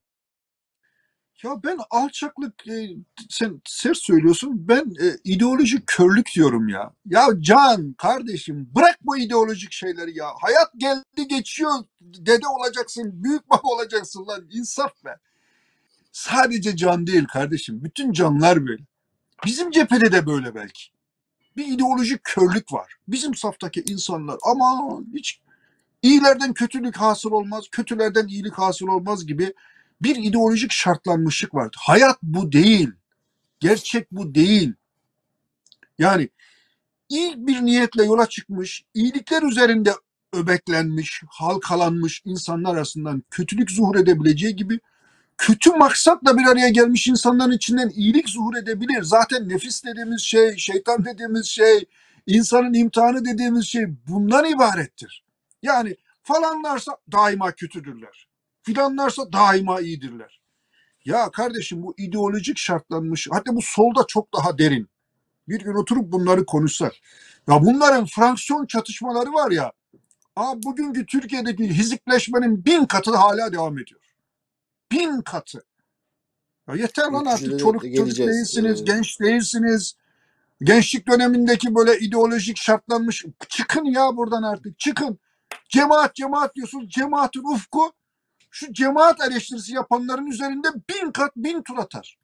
Ya ben alçaklık, e, sen sert söylüyorsun, ben e, ideolojik körlük diyorum ya. Ya Can kardeşim bırak bu ideolojik şeyleri ya. Hayat geldi geçiyor, dede olacaksın, büyük baba olacaksın lan, insaf be. Sadece Can değil kardeşim, bütün canlar böyle. Bizim cephede de böyle belki. Bir ideolojik körlük var. Bizim saftaki insanlar aman hiç iyilerden kötülük hasıl olmaz, kötülerden iyilik hasıl olmaz gibi bir ideolojik şartlanmışlık var. Hayat bu değil. Gerçek bu değil. Yani iyi bir niyetle yola çıkmış, iyilikler üzerinde öbeklenmiş, halkalanmış insanlar arasından kötülük zuhur edebileceği gibi kötü maksatla bir araya gelmiş insanların içinden iyilik zuhur edebilir. Zaten nefis dediğimiz şey, şeytan dediğimiz şey, insanın imtihanı dediğimiz şey bundan ibarettir. Yani falanlarsa daima kötüdürler. filanlarsa daima iyidirler. Ya kardeşim bu ideolojik şartlanmış, hatta bu solda çok daha derin. Bir gün oturup bunları konuşsak. Ya bunların fraksiyon çatışmaları var ya, aa, bugünkü Türkiye'deki hizipleşmenin bin katı hala devam ediyor. Bin katı. Ya yeter lan artık, Ülkücülere çoluk de çocuk geleceğiz. değilsiniz, Ee, genç değilsiniz. Gençlik dönemindeki böyle ideolojik şartlanmış, çıkın ya buradan artık, çıkın. Cemaat cemaat diyorsunuz, cemaatin ufku şu cemaat eleştirisi yapanların üzerinde bin kat bin tur atar.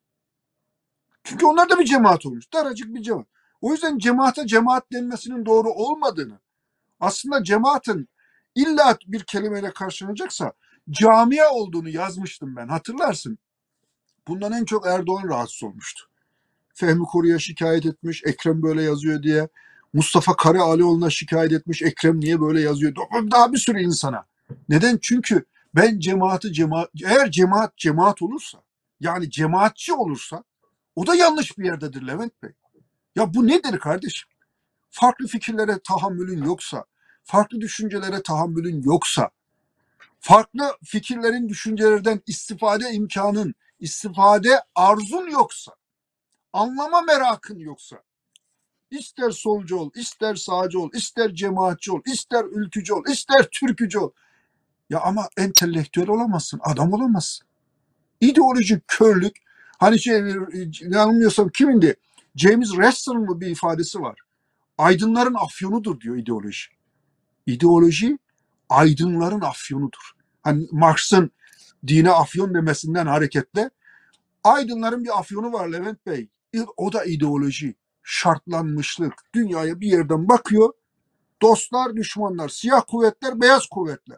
Çünkü onlar da bir cemaat olmuş, daracık bir cemaat. O yüzden cemaate cemaat denmesinin doğru olmadığını, aslında cemaatin illa bir kelimeyle karşılanacaksa camia olduğunu yazmıştım ben, hatırlarsın. Bundan en çok Erdoğan rahatsız olmuştu. Fehmi Koru'ya şikayet etmiş, Ekrem böyle yazıyor diye. Mustafa Karaalioğlu'na şikayet etmiş, Ekrem niye böyle yazıyor? Daha bir sürü insana. Neden? Çünkü ben cemaati cemaat, eğer cemaat cemaat olursa, yani cemaatçi olursa, o da yanlış bir yerdedir Levent Bey. Ya bu nedir kardeşim? Farklı fikirlere tahammülün yoksa, farklı düşüncelere tahammülün yoksa, farklı fikirlerin, düşüncelerden istifade imkanın, istifade arzun yoksa, anlama merakın yoksa, ister solcu ol, ister sağcı ol, ister cemaatçi ol, ister ülkücü ol, ister türkücü ol. Ya ama entelektüel olamazsın, adam olamazsın. İdeolojik körlük, hani şey, yanılmıyorsam kimindi? James Russell'ın bir ifadesi var. Aydınların afyonudur diyor ideoloji. İdeoloji aydınların afyonudur. Hani Marx'ın dine afyon demesinden hareketle aydınların bir afyonu var Levent Bey. O da ideoloji, şartlanmışlık. Dünyaya bir yerden bakıyor. Dostlar, düşmanlar, siyah kuvvetler, beyaz kuvvetler.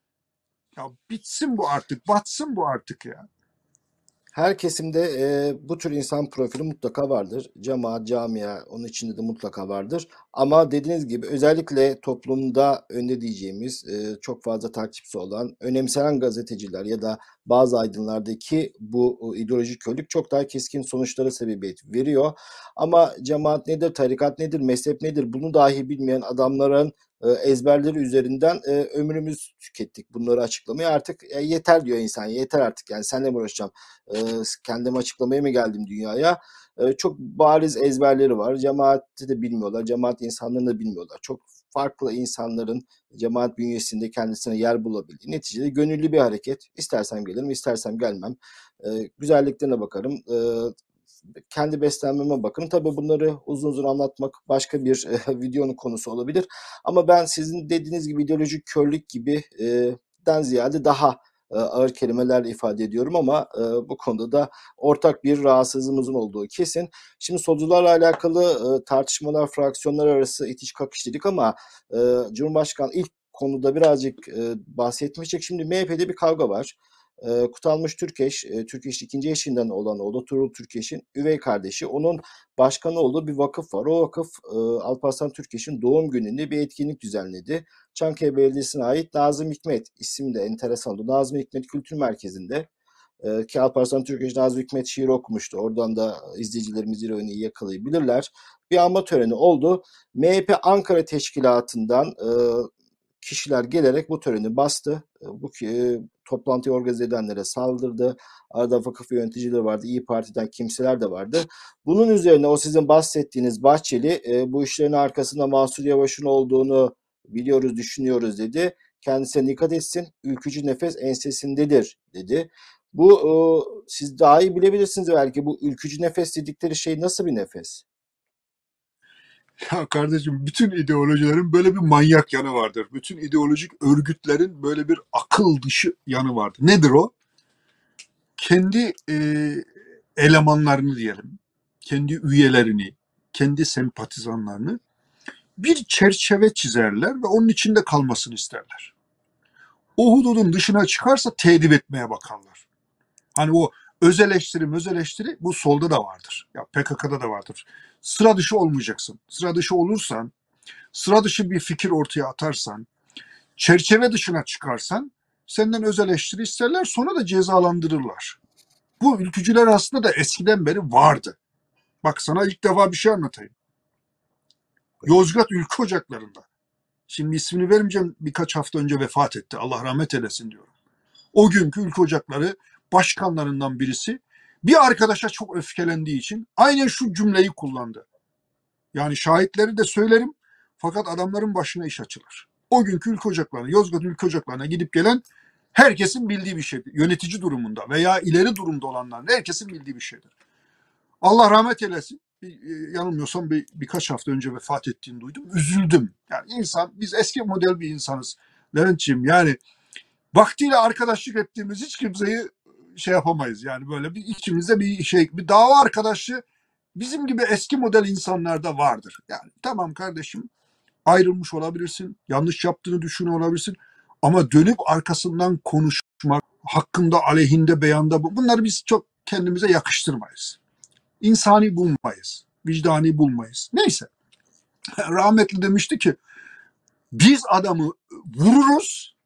Ya bitsin bu artık, batsın bu artık ya. Her kesimde e, bu tür insan profili mutlaka vardır. Cemaat, camia onun içinde de mutlaka vardır. Ama dediğiniz gibi özellikle toplumda önde diyeceğimiz e, çok fazla takipçisi olan, önemsenen gazeteciler ya da bazı aydınlardaki bu e, ideolojik körlük çok daha keskin sonuçlara sebebiyet veriyor. Ama cemaat nedir, tarikat nedir, mezhep nedir bunu dahi bilmeyen adamların e, ezberleri üzerinden e, ömrümüz tükettik bunları açıklamaya. Artık e, yeter diyor insan, yeter artık yani seninle mi uğraşacağım? E, kendimi açıklamaya mı geldim dünyaya? E, çok bariz ezberleri var. Cemaati de bilmiyorlar. Cemaat insanlarını da bilmiyorlar. Çok farklı insanların cemaat bünyesinde kendisine yer bulabildiği. Neticede gönüllü bir hareket. İstersem gelirim, istersem gelmem. E, güzelliklerine bakarım. E, kendi beslenmeme bakın. Tabii bunları uzun uzun anlatmak başka bir e, videonun konusu olabilir. Ama ben sizin dediğiniz gibi ideolojik körlük gibi e, den ziyade daha e, ağır kelimelerle ifade ediyorum ama e, bu konuda da ortak bir rahatsızlığımızın olduğu kesin. Şimdi solcularla alakalı e, tartışmalar, fraksiyonlar arası itiş kakış dedik ama e, Cumhurbaşkanı ilk konuda birazcık e, bahsetmiştik. Şimdi M H P'de bir kavga var. E, Kutalmış Türkeş, e, Türkeş ikinci eşinden olan oğlu Tuğrul Türkeş'in üvey kardeşi. Onun başkanı olduğu bir vakıf var. O vakıf e, Alparslan Türkeş'in doğum gününde bir etkinlik düzenledi. Çankaya Belediyesi'ne ait Nazım Hikmet isim de enteresan. Nazım Hikmet Kültür Merkezi'nde e, ki Alparslan Türkeş Nazım Hikmet şiir okumuştu. Oradan da izleyicilerimiz ironiyi yakalayabilirler. Bir anma töreni oldu. M H P Ankara Teşkilatı'ndan e, kişiler gelerek bu töreni bastı. Bu e, toplantıyı organize edenlere saldırdı. Arada vakıf yöneticileri vardı. İyi Parti'den kimseler de vardı. Bunun üzerine o sizin bahsettiğiniz Bahçeli e, bu işlerin arkasında Mansur Yavaş'ın olduğunu biliyoruz, düşünüyoruz dedi. Kendisine dikkat etsin. Ülkücü nefes ensesindedir dedi. Bu e, siz daha iyi bilebilirsiniz belki. Bu ülkücü nefes dedikleri şey nasıl bir nefes? Ya kardeşim, bütün ideolojilerin böyle bir manyak yanı vardır. Bütün ideolojik örgütlerin böyle bir akıl dışı yanı vardır. Nedir o? Kendi e, elemanlarını diyelim, kendi üyelerini, kendi sempatizanlarını bir çerçeve çizerler ve onun içinde kalmasını isterler. O hududun dışına çıkarsa tedip etmeye bakarlar. Hani o öz eleştiri, öz eleştiri bu solda da vardır. Ya P K K'da da vardır. Sıra dışı olmayacaksın. Sıra dışı olursan, sıra dışı bir fikir ortaya atarsan, çerçeve dışına çıkarsan senden öz eleştiri isterler, sonra da cezalandırırlar. Bu ülkücüler aslında da eskiden beri vardı. Bak sana ilk defa bir şey anlatayım. Yozgat Ülkü Ocakları'nda. Şimdi ismini vermeyeceğim, birkaç hafta önce vefat etti. Allah rahmet eylesin diyorum. O günkü Ülke Ocakları başkanlarından birisi bir arkadaşa çok öfkelendiği için aynen şu cümleyi kullandı. Yani şahitleri de söylerim fakat adamların başına iş açılır. O günkü Ülke Ocakları'na, Yozgat Ülke Ocakları'na gidip gelen herkesin bildiği bir şeydir. Yönetici durumunda veya ileri durumda olanların herkesin bildiği bir şeydir. Allah rahmet eylesin. Bir, yanılmıyorsam bir, birkaç hafta önce vefat ettiğini duydum. Üzüldüm. Yani insan, biz eski model bir insanız Levent'ciğim. Yani vaktiyle arkadaşlık ettiğimiz hiç kimseyi şey yapamayız. Yani böyle bir içimizde bir şey, bir dava arkadaşı bizim gibi eski model insanlarda vardır. Yani tamam kardeşim, ayrılmış olabilirsin, yanlış yaptığını düşünüyor olabilirsin ama dönüp arkasından konuşmak, hakkında aleyhinde beyanda bunları biz çok kendimize yakıştırmayız. İnsani bulmayız, vicdani bulmayız. Neyse, rahmetli demişti ki biz adamı vururuz,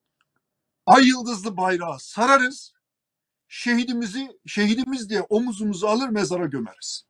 ay yıldızlı bayrağı sararız, şehidimizi şehidimiz diye omuzumuzu alır mezara gömeriz.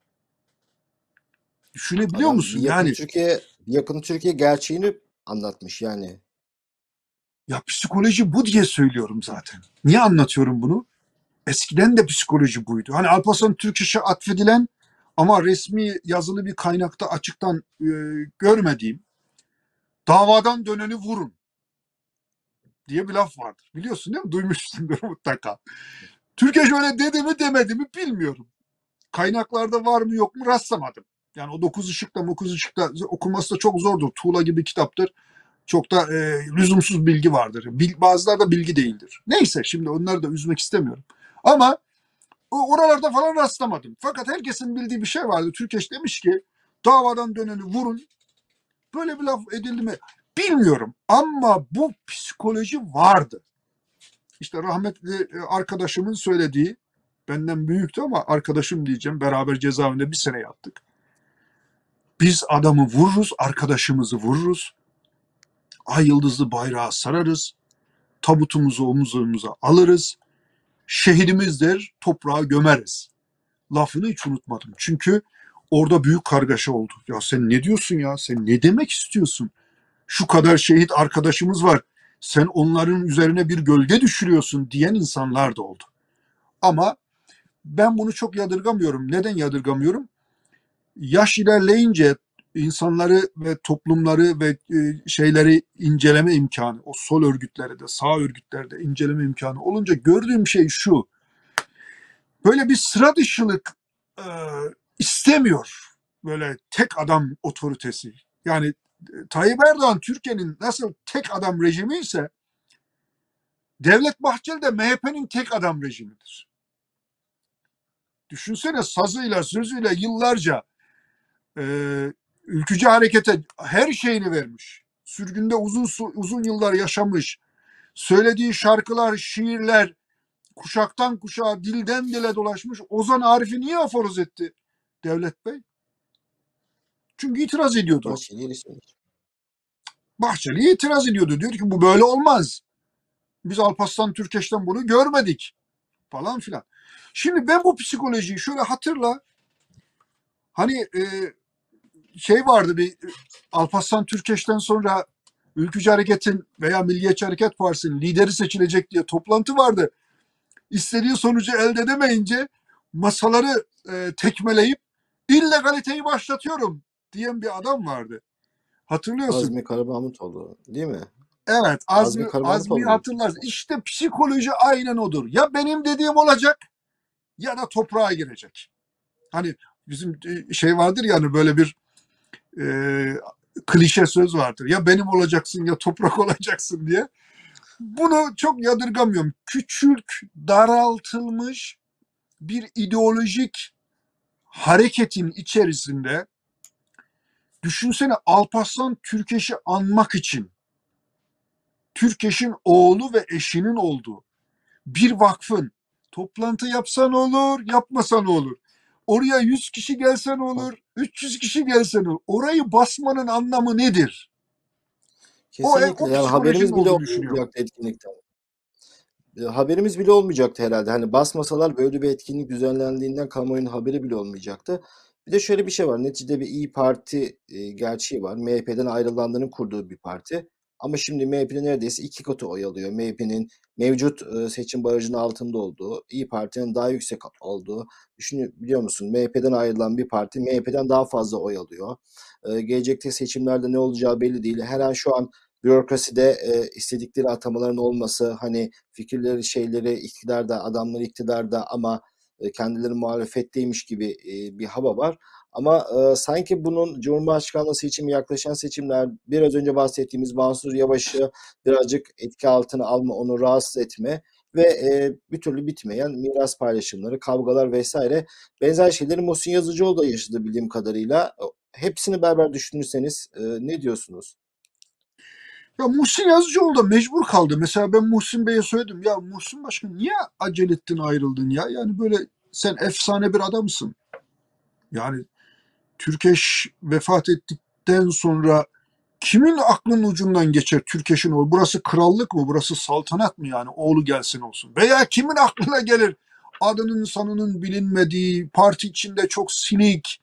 Düşünebiliyor Adam musun? bir yakın Yani Türkiye bir yakın Türkiye gerçeğini anlatmış yani. ya psikoloji bu diye söylüyorum zaten. Niye anlatıyorum bunu? Eskiden de psikoloji buydu. Hani Alparslan Türkeş'e atfedilen ama resmi yazılı bir kaynakta açıktan e, görmediğim davadan döneni vurun diye bir laf vardır. Biliyorsun değil mi? Duymuşsundur mutlaka. Türkeş öyle dedi mi demedi mi bilmiyorum. Kaynaklarda var mı yok mu rastlamadım. Yani o dokuz ışıkta dokuz ışıkta okunması da çok zordur. Tuğla gibi kitaptır. Çok da e, lüzumsuz bilgi vardır. Bil, bazıları da bilgi değildir. Neyse şimdi onları da üzmek istemiyorum. Ama oralarda falan rastlamadım. Fakat herkesin bildiği bir şey vardı. Türkeş demiş ki davadan döneni vurun. Böyle bir laf edildi mi bilmiyorum. Ama bu psikoloji vardı. İşte rahmetli arkadaşımın söylediği, benden büyüktü ama arkadaşım diyeceğim. Beraber cezaevinde bir sene yattık. Biz adamı vururuz, arkadaşımızı vururuz. Ay yıldızlı bayrağı sararız. Tabutumuzu omuzumuza alırız. Şehidimizdir, toprağa gömeriz. Lafını hiç unutmadım. Çünkü orada büyük kargaşa oldu. Ya sen ne diyorsun ya? Sen ne demek istiyorsun? Şu kadar şehit arkadaşımız var. Sen onların üzerine bir gölge düşürüyorsun diyen insanlar da oldu. Ama ben bunu çok yadırgamıyorum. Neden yadırgamıyorum? Yaş ilerleyince insanları ve toplumları ve şeyleri inceleme imkanı, o sol örgütlerde de sağ örgütlerde inceleme imkanı olunca gördüğüm şey şu. Böyle bir sıra dışılık e, istemiyor. Böyle tek adam otoritesi. Yani Tayyip Erdoğan Türkiye'nin nasıl tek adam rejimi ise Devlet Bahçeli de M H P'nin tek adam rejimidir. Düşünsene sazıyla sözüyle yıllarca e, ülkücü harekete her şeyini vermiş. Sürgünde uzun uzun yıllar yaşamış. Söylediği şarkılar, şiirler kuşaktan kuşağa, dilden dile dolaşmış. Ozan Arif'i niye aforoz etti Devlet Bey? Çünkü itiraz ediyordu. Bahçeli'ye Bahçeli itiraz ediyordu. Diyor ki bu böyle olmaz. Biz Alparslan Türkeş'ten bunu görmedik. Falan filan. Şimdi ben bu psikolojiyi şöyle hatırla. Hani e, şey vardı bir Alparslan Türkeş'ten sonra Ülkücü Hareket'in veya Milliyetçi Hareket Partisi'nin lideri seçilecek diye toplantı vardı. İstediği sonucu elde edemeyince masaları e, tekmeleyip illegaliteyi başlatıyorum diyen bir adam vardı. Hatırlıyorsun. Azmi Karabahmutoğlu değil mi? Evet, Azmi, Azmi Azmi'yi hatırlarsın. İşte psikoloji aynen odur. Ya benim dediğim olacak ya da toprağa girecek. Hani bizim şey vardır ya hani böyle bir e, klişe söz vardır. Ya benim olacaksın ya toprak olacaksın diye. Bunu çok yadırgamıyorum. Küçük, daraltılmış bir ideolojik hareketin içerisinde düşünsene Alparslan Türkeş'i anmak için Türkeş'in oğlu ve eşinin olduğu bir vakfın toplantı yapsan olur, yapmasan olur. Oraya yüz kişi gelsen olur, üç yüz kişi gelsen olur. Orayı basmanın anlamı nedir? Kesinlikle. O, o yani haberimiz bile olduğunu düşünüyorum. olmayacaktı etkinlikten. E, haberimiz bile olmayacaktı herhalde. Hani basmasalar böyle bir etkinlik düzenlendiğinden kamuoyunun haberi bile olmayacaktı. Bir de şöyle bir şey var. Neticede bir İYİ Parti e, gerçeği var. M H P'den ayrılanların kurduğu bir parti. Ama şimdi M H P'nin neredeyse iki katı oy alıyor. M H P'nin mevcut e, seçim barajının altında olduğu, İyi Parti'nin daha yüksek olduğu. Düşünüyor, biliyor musun? M H P'den ayrılan bir parti M H P'den daha fazla oy alıyor. E, gelecekte seçimlerde ne olacağı belli değil. Her an şu an bürokraside e, istedikleri atamaların olması, hani fikirleri, şeyleri iktidarda, adamları iktidarda ama e, kendileri muhalefetteymiş gibi e, bir hava var. Ama e, sanki bunun Cumhurbaşkanlığı seçimi, yaklaşan seçimler, biraz önce bahsettiğimiz Mansur Yavaş'ı birazcık etki altına alma, onu rahatsız etme ve e, bir türlü bitmeyen miras paylaşımları, kavgalar vesaire benzer şeyleri Muhsin Yazıcıoğlu da yaşadı bildiğim kadarıyla. Hepsini beraber düşünürseniz e, ne diyorsunuz? Ya Muhsin Yazıcıoğlu da mecbur kaldı. Mesela ben Muhsin Bey'e söyledim. Ya Muhsin Başkan niye acele ettin, ayrıldın ya? Yani böyle sen efsane bir adamsın. Yani Türkeş vefat ettikten sonra kimin aklının ucundan geçer Türkeş'in oğlu? Burası krallık mı? Burası saltanat mı yani? Oğlu gelsin olsun. Veya kimin aklına gelir adının sanının bilinmediği, parti içinde çok sinik,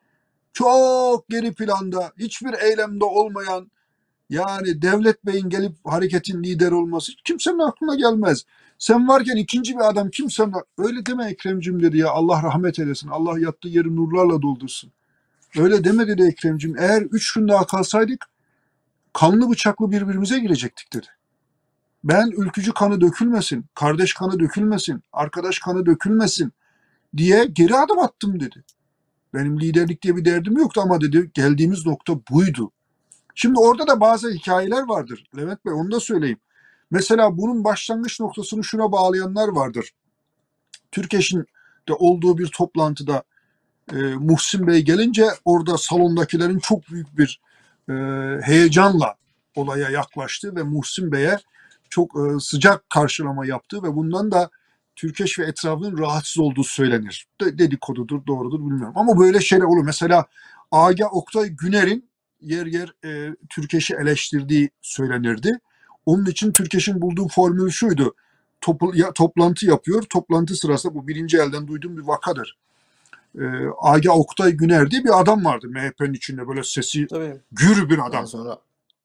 çok geri planda, hiçbir eylemde olmayan, yani Devlet Bey'in gelip hareketin lideri olması hiç kimsenin aklına gelmez. Sen varken ikinci bir adam kimsenin... Öyle deme Ekrem'cim dedi ya, Allah rahmet eylesin. Allah yattığı yeri nurlarla doldursun. Öyle deme dedi Ekrem'cim. Eğer üç gün daha kalsaydık kanlı bıçaklı birbirimize girecektik dedi. Ben ülkücü kanı dökülmesin, kardeş kanı dökülmesin, arkadaş kanı dökülmesin diye geri adım attım dedi. Benim liderlik diye bir derdim yoktu ama dedi geldiğimiz nokta buydu. Şimdi orada da bazı hikayeler vardır Levent Bey, onu da söyleyeyim. Mesela bunun başlangıç noktasını şuna bağlayanlar vardır. Türkeş'in de olduğu bir toplantıda e, Muhsin Bey gelince orada salondakilerin çok büyük bir e, heyecanla olaya yaklaştı ve Muhsin Bey'e çok e, sıcak karşılama yaptı ve bundan da Türkeş ve etrafının rahatsız olduğu söylenir. De, dedikodudur, doğrudur bilmiyorum. Ama böyle şeyler olur. Mesela Agah Oktay Güner'in yer yer e, Türkeş'i eleştirdiği söylenirdi. Onun için Türkeş'in bulduğu formül şuydu. Topl ya, toplantı yapıyor. Toplantı sırasında, bu birinci elden duyduğum bir vakadır. E, Agah Oktay Güner diye bir adam vardı M H P'nin içinde, böyle sesi Tabii. gür bir Daha adam. sonra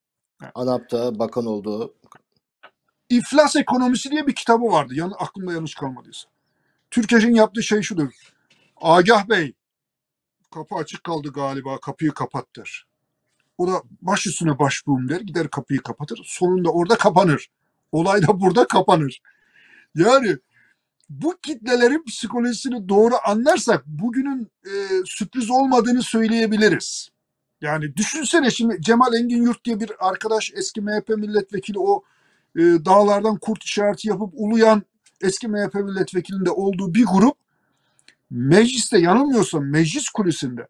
ANAP'ta bakan oldu. İflas Ekonomisi diye bir kitabı vardı. Yani aklımda yanlış kalmadıysa. Türkeş'in yaptığı şey şudur. Agah Bey, kapı açık kaldı galiba, kapıyı kapat der. O da baş üstüne başbuğum der, gider kapıyı kapatır. Sonunda orada kapanır. Olay da burada kapanır. Yani bu kitlelerin psikolojisini doğru anlarsak bugünün e, sürpriz olmadığını söyleyebiliriz. Yani düşünsene şimdi Cemal Engin Yurt diye bir arkadaş, eski M H P milletvekili, o e, dağlardan kurt işareti yapıp uluyan eski M H P milletvekilinde olduğu bir grup mecliste, yanılmıyorsam meclis kulisinde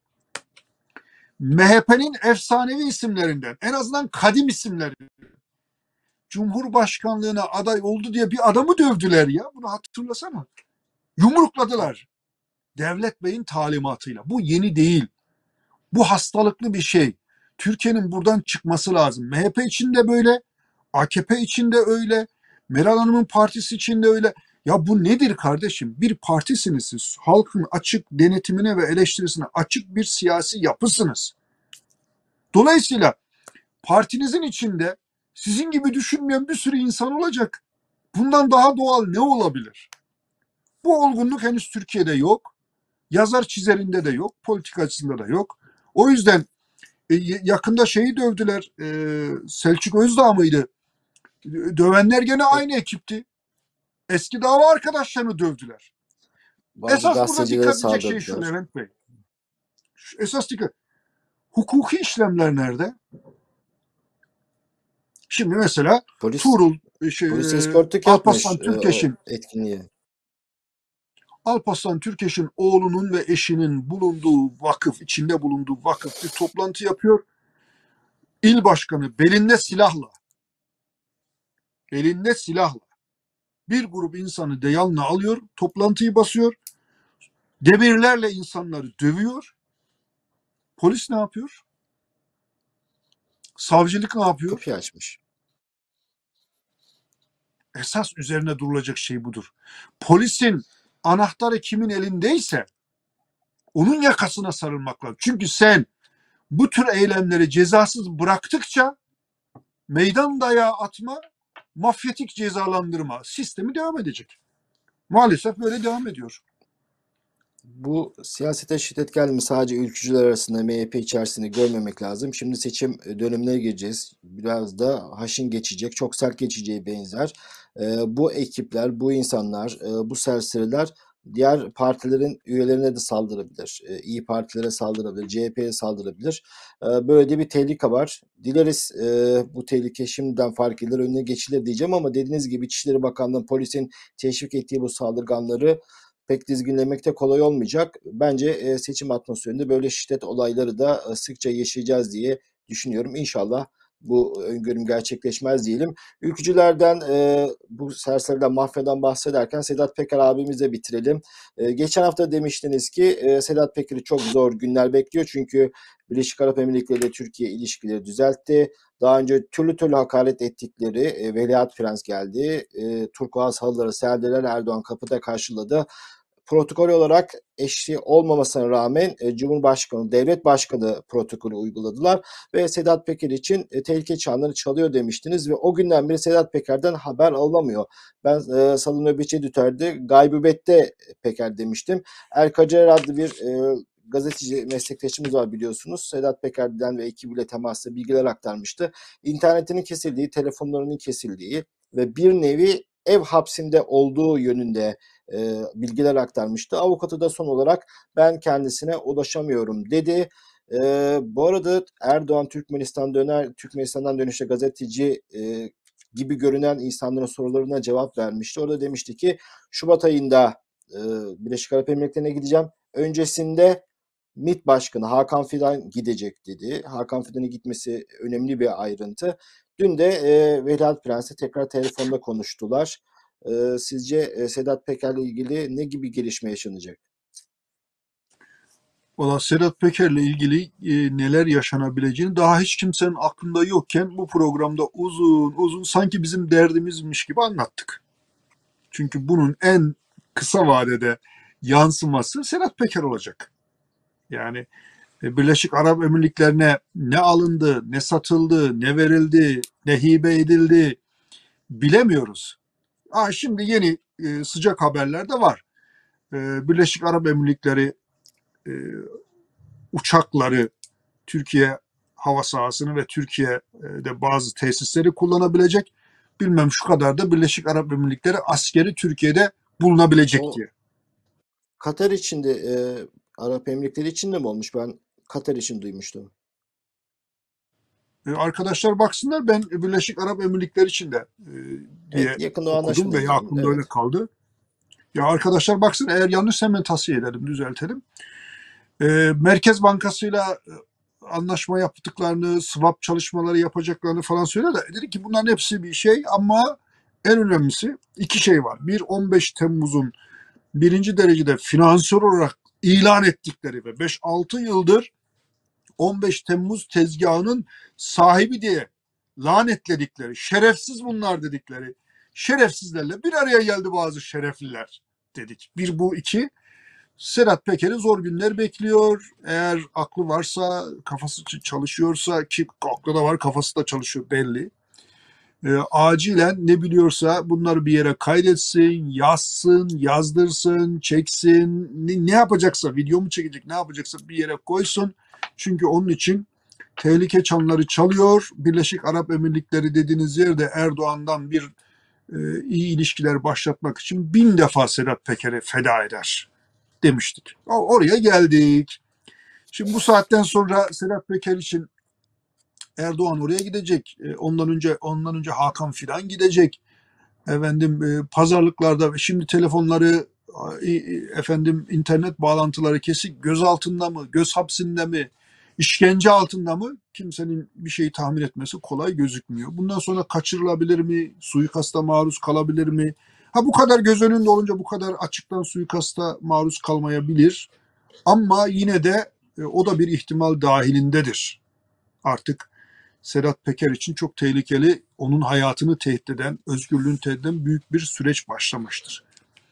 M H P'nin efsanevi isimlerinden, en azından kadim isimlerinden Cumhurbaşkanlığına aday oldu diye bir adamı dövdüler ya. Bunu hatırlasana. Yumrukladılar. Devlet Bey'in talimatıyla. Bu yeni değil. Bu hastalıklı bir şey. Türkiye'nin buradan çıkması lazım. M H P içinde böyle, A K P içinde öyle, Meral Hanım'ın partisi içinde öyle. Ya bu nedir kardeşim? Bir partisiniz siz. Halkın açık denetimine ve eleştirisine açık bir siyasi yapısınız. Dolayısıyla partinizin içinde sizin gibi düşünmeyen bir sürü insan olacak. Bundan daha doğal ne olabilir? Bu olgunluk henüz Türkiye'de yok. Yazar çizerinde de yok. Politikacısında da yok. O yüzden e, yakında şeyi dövdüler. E, Selçuk Özdağ mıydı? Dövenler gene aynı ekipti. Eski dava arkadaşlarını dövdüler. Bazı Esas burada gazetecilere dikkat edecek şey şu saldırdılar. Levent Bey. Şu, esas dikkat. Hukuki işlemler nerede? Şimdi mesela Polis Tuğrul, şey, polis e, eskortluk Alparslan yapmış e, o Türkeş'in etkinliğe. Alparslan Türkeş'in oğlunun ve eşinin bulunduğu vakıf, içinde bulunduğu vakıf bir toplantı yapıyor. İl başkanı belinde silahla, elinde silahla bir grup insanı de yanına alıyor, toplantıyı basıyor. Demirlerle insanları dövüyor. Polis ne yapıyor? Savcılık ne yapıyor? Kapıyı açmış. Esas üzerine durulacak şey budur. Polisin anahtarı kimin elindeyse onun yakasına sarılmak lazım. Çünkü sen bu tür eylemleri cezasız bıraktıkça meydan dayağı atma, mafyatik cezalandırma sistemi devam edecek. Maalesef böyle devam ediyor. Bu siyasete şiddet gelme sadece ülkücüler arasında M H P içerisinde görmemek lazım. Şimdi seçim dönemine gireceğiz. Biraz da haşin geçecek, çok sert geçeceği benzer. Ee, bu ekipler, bu insanlar, e, bu serseriler diğer partilerin üyelerine de saldırabilir. Ee, İyi Partilere saldırabilir, C H P'ye saldırabilir. Ee, böyle de bir tehlike var. Dileriz e, bu tehlike şimdiden fark edilir, önüne geçilir diyeceğim ama dediğiniz gibi İçişleri Bakanlığı, polisin teşvik ettiği bu saldırganları pek dizginlemekte kolay olmayacak. Bence e, seçim atmosferinde böyle şiddet olayları da e, sıkça yaşayacağız diye düşünüyorum. İnşallah bu öngörüm gerçekleşmez diyelim. Ülkücülerden, e, bu serseriden, mafyadan bahsederken Sedat Peker abimizle bitirelim. E, geçen hafta demiştiniz ki e, Sedat Peker'i çok zor günler bekliyor. Çünkü Birleşik Arap Emirlikleri ile Türkiye ilişkileri düzeltti. Daha önce türlü türlü hakaret ettikleri e, Veliaht Prens geldi. E, turkuaz halıları serdiler. Erdoğan kapıda karşıladı. Protokol olarak eşli olmamasına rağmen e, Cumhurbaşkanı, Devlet Başkanı protokolü uyguladılar ve Sedat Peker için e, tehlike çanları çalıyor demiştiniz ve o günden beri Sedat Peker'den haber alınamıyor. Ben e, Salı Nöbetçi Düter'de gaybübette Peker demiştim. Erkacer adlı bir e, gazeteci meslektaşımız var biliyorsunuz. Sedat Peker'den ve ekibiyle temasla bilgiler aktarmıştı. İnternetinin kesildiği, telefonlarının kesildiği ve bir nevi ev hapsinde olduğu yönünde e, bilgiler aktarmıştı. Avukatı da son olarak ben kendisine ulaşamıyorum dedi. E, bu arada Erdoğan Türkmenistan döner, Türkmenistan'dan dönüşte gazeteci e, gibi görünen insanların sorularına cevap vermişti. Orada demişti ki Şubat ayında e, Birleşik Arap Emirlikleri'ne gideceğim. Öncesinde MİT Başkanı Hakan Fidan gidecek dedi. Hakan Fidan'ın gitmesi önemli bir ayrıntı. Dün de e, Veliaht Prens'le tekrar telefonda konuştular. E, sizce e, Sedat Peker'le ilgili ne gibi gelişme yaşanacak? Valla Sedat Peker'le ilgili e, neler yaşanabileceğini daha hiç kimsenin aklında yokken bu programda uzun uzun sanki bizim derdimizmiş gibi anlattık. Çünkü bunun en kısa vadede yansıması Sedat Peker olacak. Yani e, Birleşik Arap Emirlikleri'ne ne alındı, ne satıldı, ne verildi, ne hibe edildi bilemiyoruz. Aa, şimdi yeni e, sıcak haberler de var. E, Birleşik Arap Emirlikleri e, uçakları Türkiye hava sahasını ve Türkiye'de bazı tesisleri kullanabilecek. Bilmem şu kadar da Birleşik Arap Emirlikleri askeri Türkiye'de bulunabilecek O diye. Katar için de e, Arap Emirlikleri için de mi olmuş? Ben Katar için duymuştum. E, arkadaşlar baksınlar, ben Birleşik Arap Emirlikleri için de e, diye Evet, yakında o okudum anlaşma veya imzalandı. aklımda öyle Evet. kaldı. Ya arkadaşlar baksın, eğer yanlış hemen tavsiye edelim, düzeltelim. E, Merkez Bankası'yla e, anlaşma yaptıklarını, swap çalışmaları yapacaklarını falan söyledi. Dedi ki bunların hepsi bir şey ama en önemlisi iki şey var. Bir, on beş Temmuz'un birinci derecede finansör olarak ilan ettikleri ve beş altı yıldır on beş Temmuz tezgahının sahibi diye lanetledikleri, şerefsiz bunlar dedikleri şerefsizlerle bir araya geldi bazı şerefliler dedik. Bir bu, iki. Sedat Peker'i zor günler bekliyor. Eğer aklı varsa, kafası çalışıyorsa, ki aklı da var, kafası da çalışıyor belli. E, acilen ne biliyorsa bunları bir yere kaydetsin, yazsın, yazdırsın, çeksin. Ne, ne yapacaksa, video mu çekecek, ne yapacaksa bir yere koysun. Çünkü onun için tehlike çanları çalıyor. Birleşik Arap Emirlikleri dediğiniz yerde Erdoğan'dan bir e, iyi ilişkiler başlatmak için bin defa Sedat Peker'i feda eder demiştik. O, oraya geldik. Şimdi bu saatten sonra Sedat Peker için Erdoğan oraya gidecek. E, ondan önce ondan önce Hakan Fidan gidecek. Efendim e, pazarlıklarda şimdi telefonları e, efendim internet bağlantıları kesik, göz altında mı, göz hapsinde mi, işkence altında mı, kimsenin bir şeyi tahmin etmesi kolay gözükmüyor. Bundan sonra kaçırılabilir mi, suikasta maruz kalabilir mi? Ha, bu kadar göz önünde olunca bu kadar açıktan suikasta maruz kalmayabilir. Ama yine de e, o da bir ihtimal dahilindedir. Artık Sedat Peker için çok tehlikeli, onun hayatını tehdit eden, özgürlüğünü tehdit eden büyük bir süreç başlamıştır.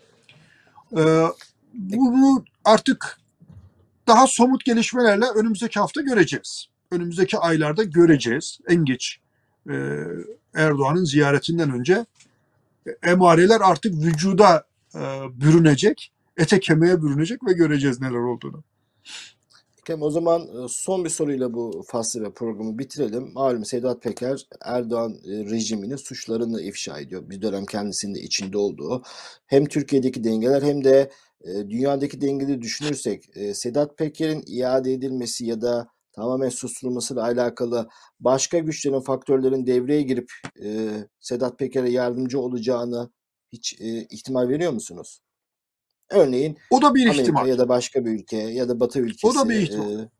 Ee, bunu artık daha somut gelişmelerle önümüzdeki hafta göreceğiz. Önümüzdeki aylarda göreceğiz. En geç e, Erdoğan'ın ziyaretinden önce emareler artık vücuda e, bürünecek, ete kemiğe bürünecek ve göreceğiz neler olduğunu. Ekrem, o zaman e, son bir soruyla bu faslı ve programı bitirelim. Malum Sedat Peker Erdoğan e, rejiminin suçlarını ifşa ediyor. Bir dönem kendisinin de içinde olduğu. Hem Türkiye'deki dengeler hem de e, dünyadaki dengeleri düşünürsek e, Sedat Peker'in iade edilmesi ya da tamamen susturulmasıyla alakalı başka güçlerin, faktörlerin devreye girip e, Sedat Peker'e yardımcı olacağını hiç e, ihtimal veriyor musunuz? Örneğin O da bir Amerika ihtimal. ya da başka bir ülke ya da Batı ülkesi. O da bir ihtimal. e,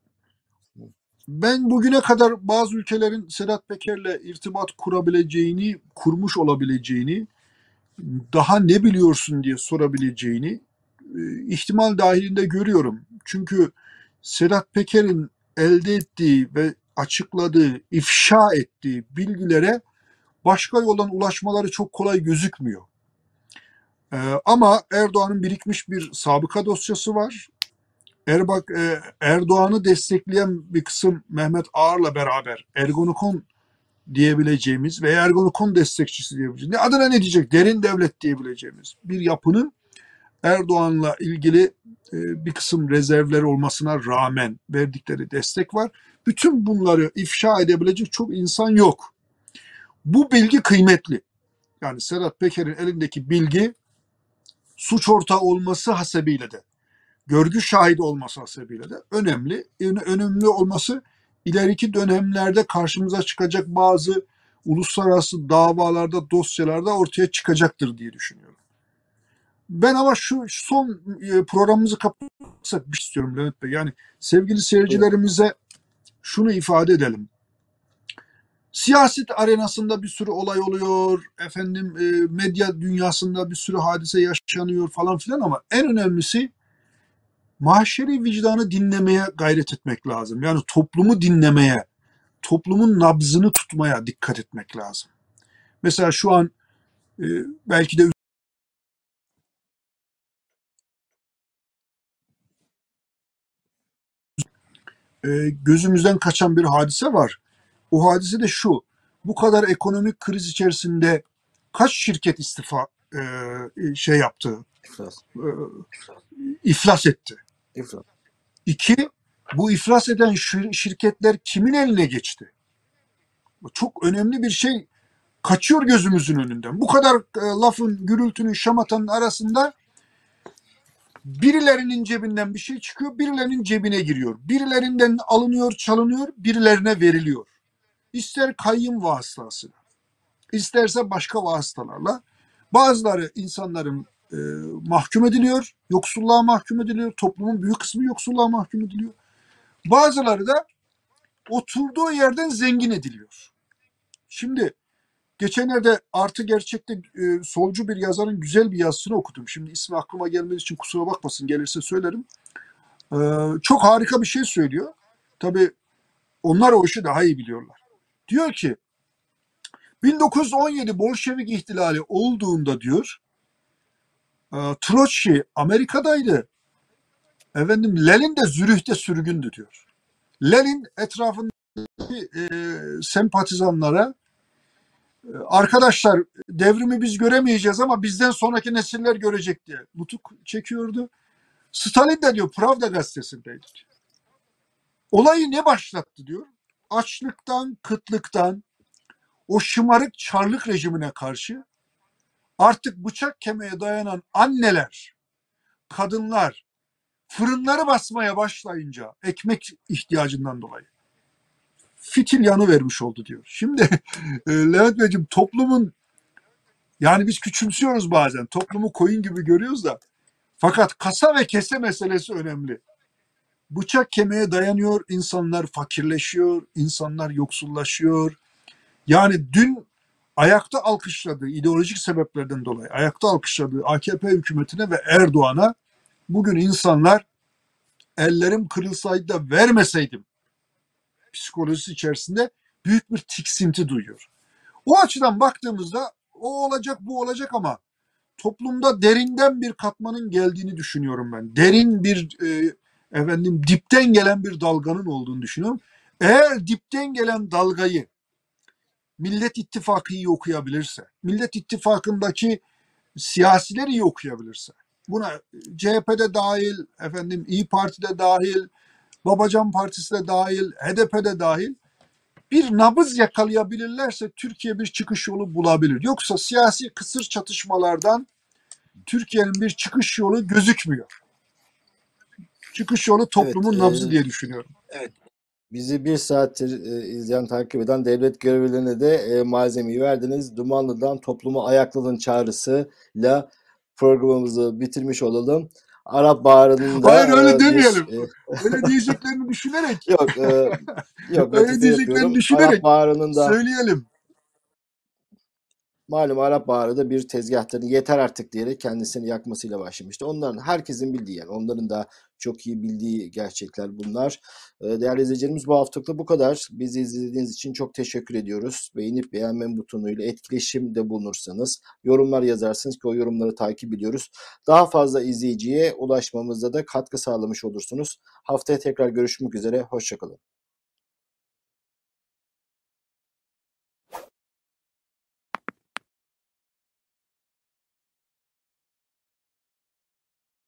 Ben bugüne kadar bazı ülkelerin Sedat Peker'le irtibat kurabileceğini, kurmuş olabileceğini, daha ne biliyorsun diye sorabileceğini e, ihtimal dahilinde görüyorum. Çünkü Sedat Peker'in elde ettiği ve açıkladığı, ifşa ettiği bilgilere başka yoldan ulaşmaları çok kolay gözükmüyor. Ee, ama Erdoğan'ın birikmiş bir sabıka dosyası var. Erbak, e, Erdoğan'ı destekleyen bir kısım Mehmet Ağar'la beraber Ergonokon diyebileceğimiz veya Ergonokon destekçisi diyebileceğimiz, ne adına ne diyecek, derin devlet diyebileceğimiz bir yapının Erdoğan'la ilgili e, bir kısım rezervleri olmasına rağmen verdikleri destek var. Bütün bunları ifşa edebilecek çok insan yok. Bu bilgi kıymetli. Yani Sedat Peker'in elindeki bilgi suç ortağı olması hasebiyle de, görgü şahidi olması hasebiyle de önemli. Önemli olması ileriki dönemlerde karşımıza çıkacak bazı uluslararası davalarda, dosyalarda ortaya çıkacaktır diye düşünüyorum. Ben ama şu son programımızı kapatsak bir şey istiyorum Levent Bey. Yani sevgili seyircilerimize şunu ifade edelim. Siyaset arenasında bir sürü olay oluyor, efendim medya dünyasında bir sürü hadise yaşanıyor falan filan ama en önemlisi mahşeri vicdanı dinlemeye gayret etmek lazım. Yani toplumu dinlemeye, toplumun nabzını tutmaya dikkat etmek lazım. Mesela şu an e, belki de e, gözümüzden kaçan bir hadise var. O hadise de şu: bu kadar ekonomik kriz içerisinde kaç şirket istifa e, şey yaptı, iflas. e, iflas etti? İflas. İki, bu iflas eden şirketler kimin eline geçti? Çok önemli bir şey kaçıyor gözümüzün önünden. Bu kadar e, lafın, gürültünün, şamatanın arasında birilerinin cebinden bir şey çıkıyor, birilerinin cebine giriyor. Birilerinden alınıyor, çalınıyor, birilerine veriliyor. İster kayyım vasıtasıyla, isterse başka vasıtalarla. Bazıları insanların e, mahkum ediliyor, yoksulluğa mahkum ediliyor, toplumun büyük kısmı yoksulluğa mahkum ediliyor. Bazıları da oturduğu yerden zengin ediliyor. Şimdi geçenlerde Artı Gerçek'te e, solcu bir yazarın güzel bir yazısını okudum. Şimdi ismi aklıma gelmediği için kusura bakmasın, gelirse söylerim. E, çok harika bir şey söylüyor. Tabii onlar o işi daha iyi biliyorlar. Diyor ki bin dokuz yüz on yedi Bolşevik ihtilali olduğunda diyor, e, Troçki Amerika'daydı. Efendim Lenin de Zürih'te sürgündü diyor. Lenin etrafındaki e, sempatizanlara, arkadaşlar devrimi biz göremeyeceğiz ama bizden sonraki nesiller görecek diye nutuk çekiyordu. Stalin de diyor Pravda gazetesindeydik. Olayı ne başlattı diyor? Açlıktan, kıtlıktan, o şımarık Çarlık rejimine karşı artık bıçak kemiğe dayanan anneler, kadınlar fırınları basmaya başlayınca ekmek ihtiyacından dolayı fitil yanı vermiş oldu diyor. Şimdi Levent Beyciğim, toplumun, yani biz küçümsüyoruz bazen, toplumu koyun gibi görüyoruz da, fakat kasa ve kese meselesi önemli. Bıçak kemiğe dayanıyor, insanlar fakirleşiyor, insanlar yoksullaşıyor. Yani dün ayakta alkışladığı, ideolojik sebeplerden dolayı ayakta alkışladığı A K P hükümetine ve Erdoğan'a bugün insanlar ellerim kırılsaydı da vermeseydim psikolojisi içerisinde büyük bir tiksinti duyuyor. O açıdan baktığımızda o olacak, bu olacak ama toplumda derinden bir katmanın geldiğini düşünüyorum ben. Derin bir e, efendim dipten gelen bir dalganın olduğunu düşünüyorum. Eğer dipten gelen dalgayı Millet İttifakı iyi okuyabilirse, Millet İttifakı'ndaki siyasiler iyi okuyabilirse, buna C H P'de dahil, efendim İyi Parti'de dahil, Babacan Partisi de dahil, H D P'de dahil bir nabız yakalayabilirlerse Türkiye bir çıkış yolu bulabilir. Yoksa siyasi kısır çatışmalardan Türkiye'nin bir çıkış yolu gözükmüyor. Çıkış yolu Evet, toplumun e, nabzı diye düşünüyorum. bizi bir saattir e, izleyen, takip eden devlet görevlilerine de e, malzemeyi verdiniz. Dumanlı'dan topluma ayaklanın çağrısıyla programımızı bitirmiş olalım. Arap Baharı'nın Hayır, da öyle e, bir demeyelim. e, Öyle diyeceklerini düşünerek, yok e, yok öyle latife diyeceklerini yapıyorum. Arap düşünerek Baharı'nın da söyleyelim. malum Arap Baharı da bir tezgahtarın yeter artık diyerek kendisini yakmasıyla başlamıştı. Onların herkesin bildiği, yani onların da çok iyi bildiği gerçekler bunlar. Ee, Değerli izleyicilerimiz, bu haftalık da bu kadar. Bizi izlediğiniz için çok teşekkür ediyoruz. Beğenip beğenme butonuyla etkileşimde bulunursanız, yorumlar yazarsınız ki o yorumları takip ediyoruz. Daha fazla izleyiciye ulaşmamızda da katkı sağlamış olursunuz. Haftaya tekrar görüşmek üzere. Hoşça kalın.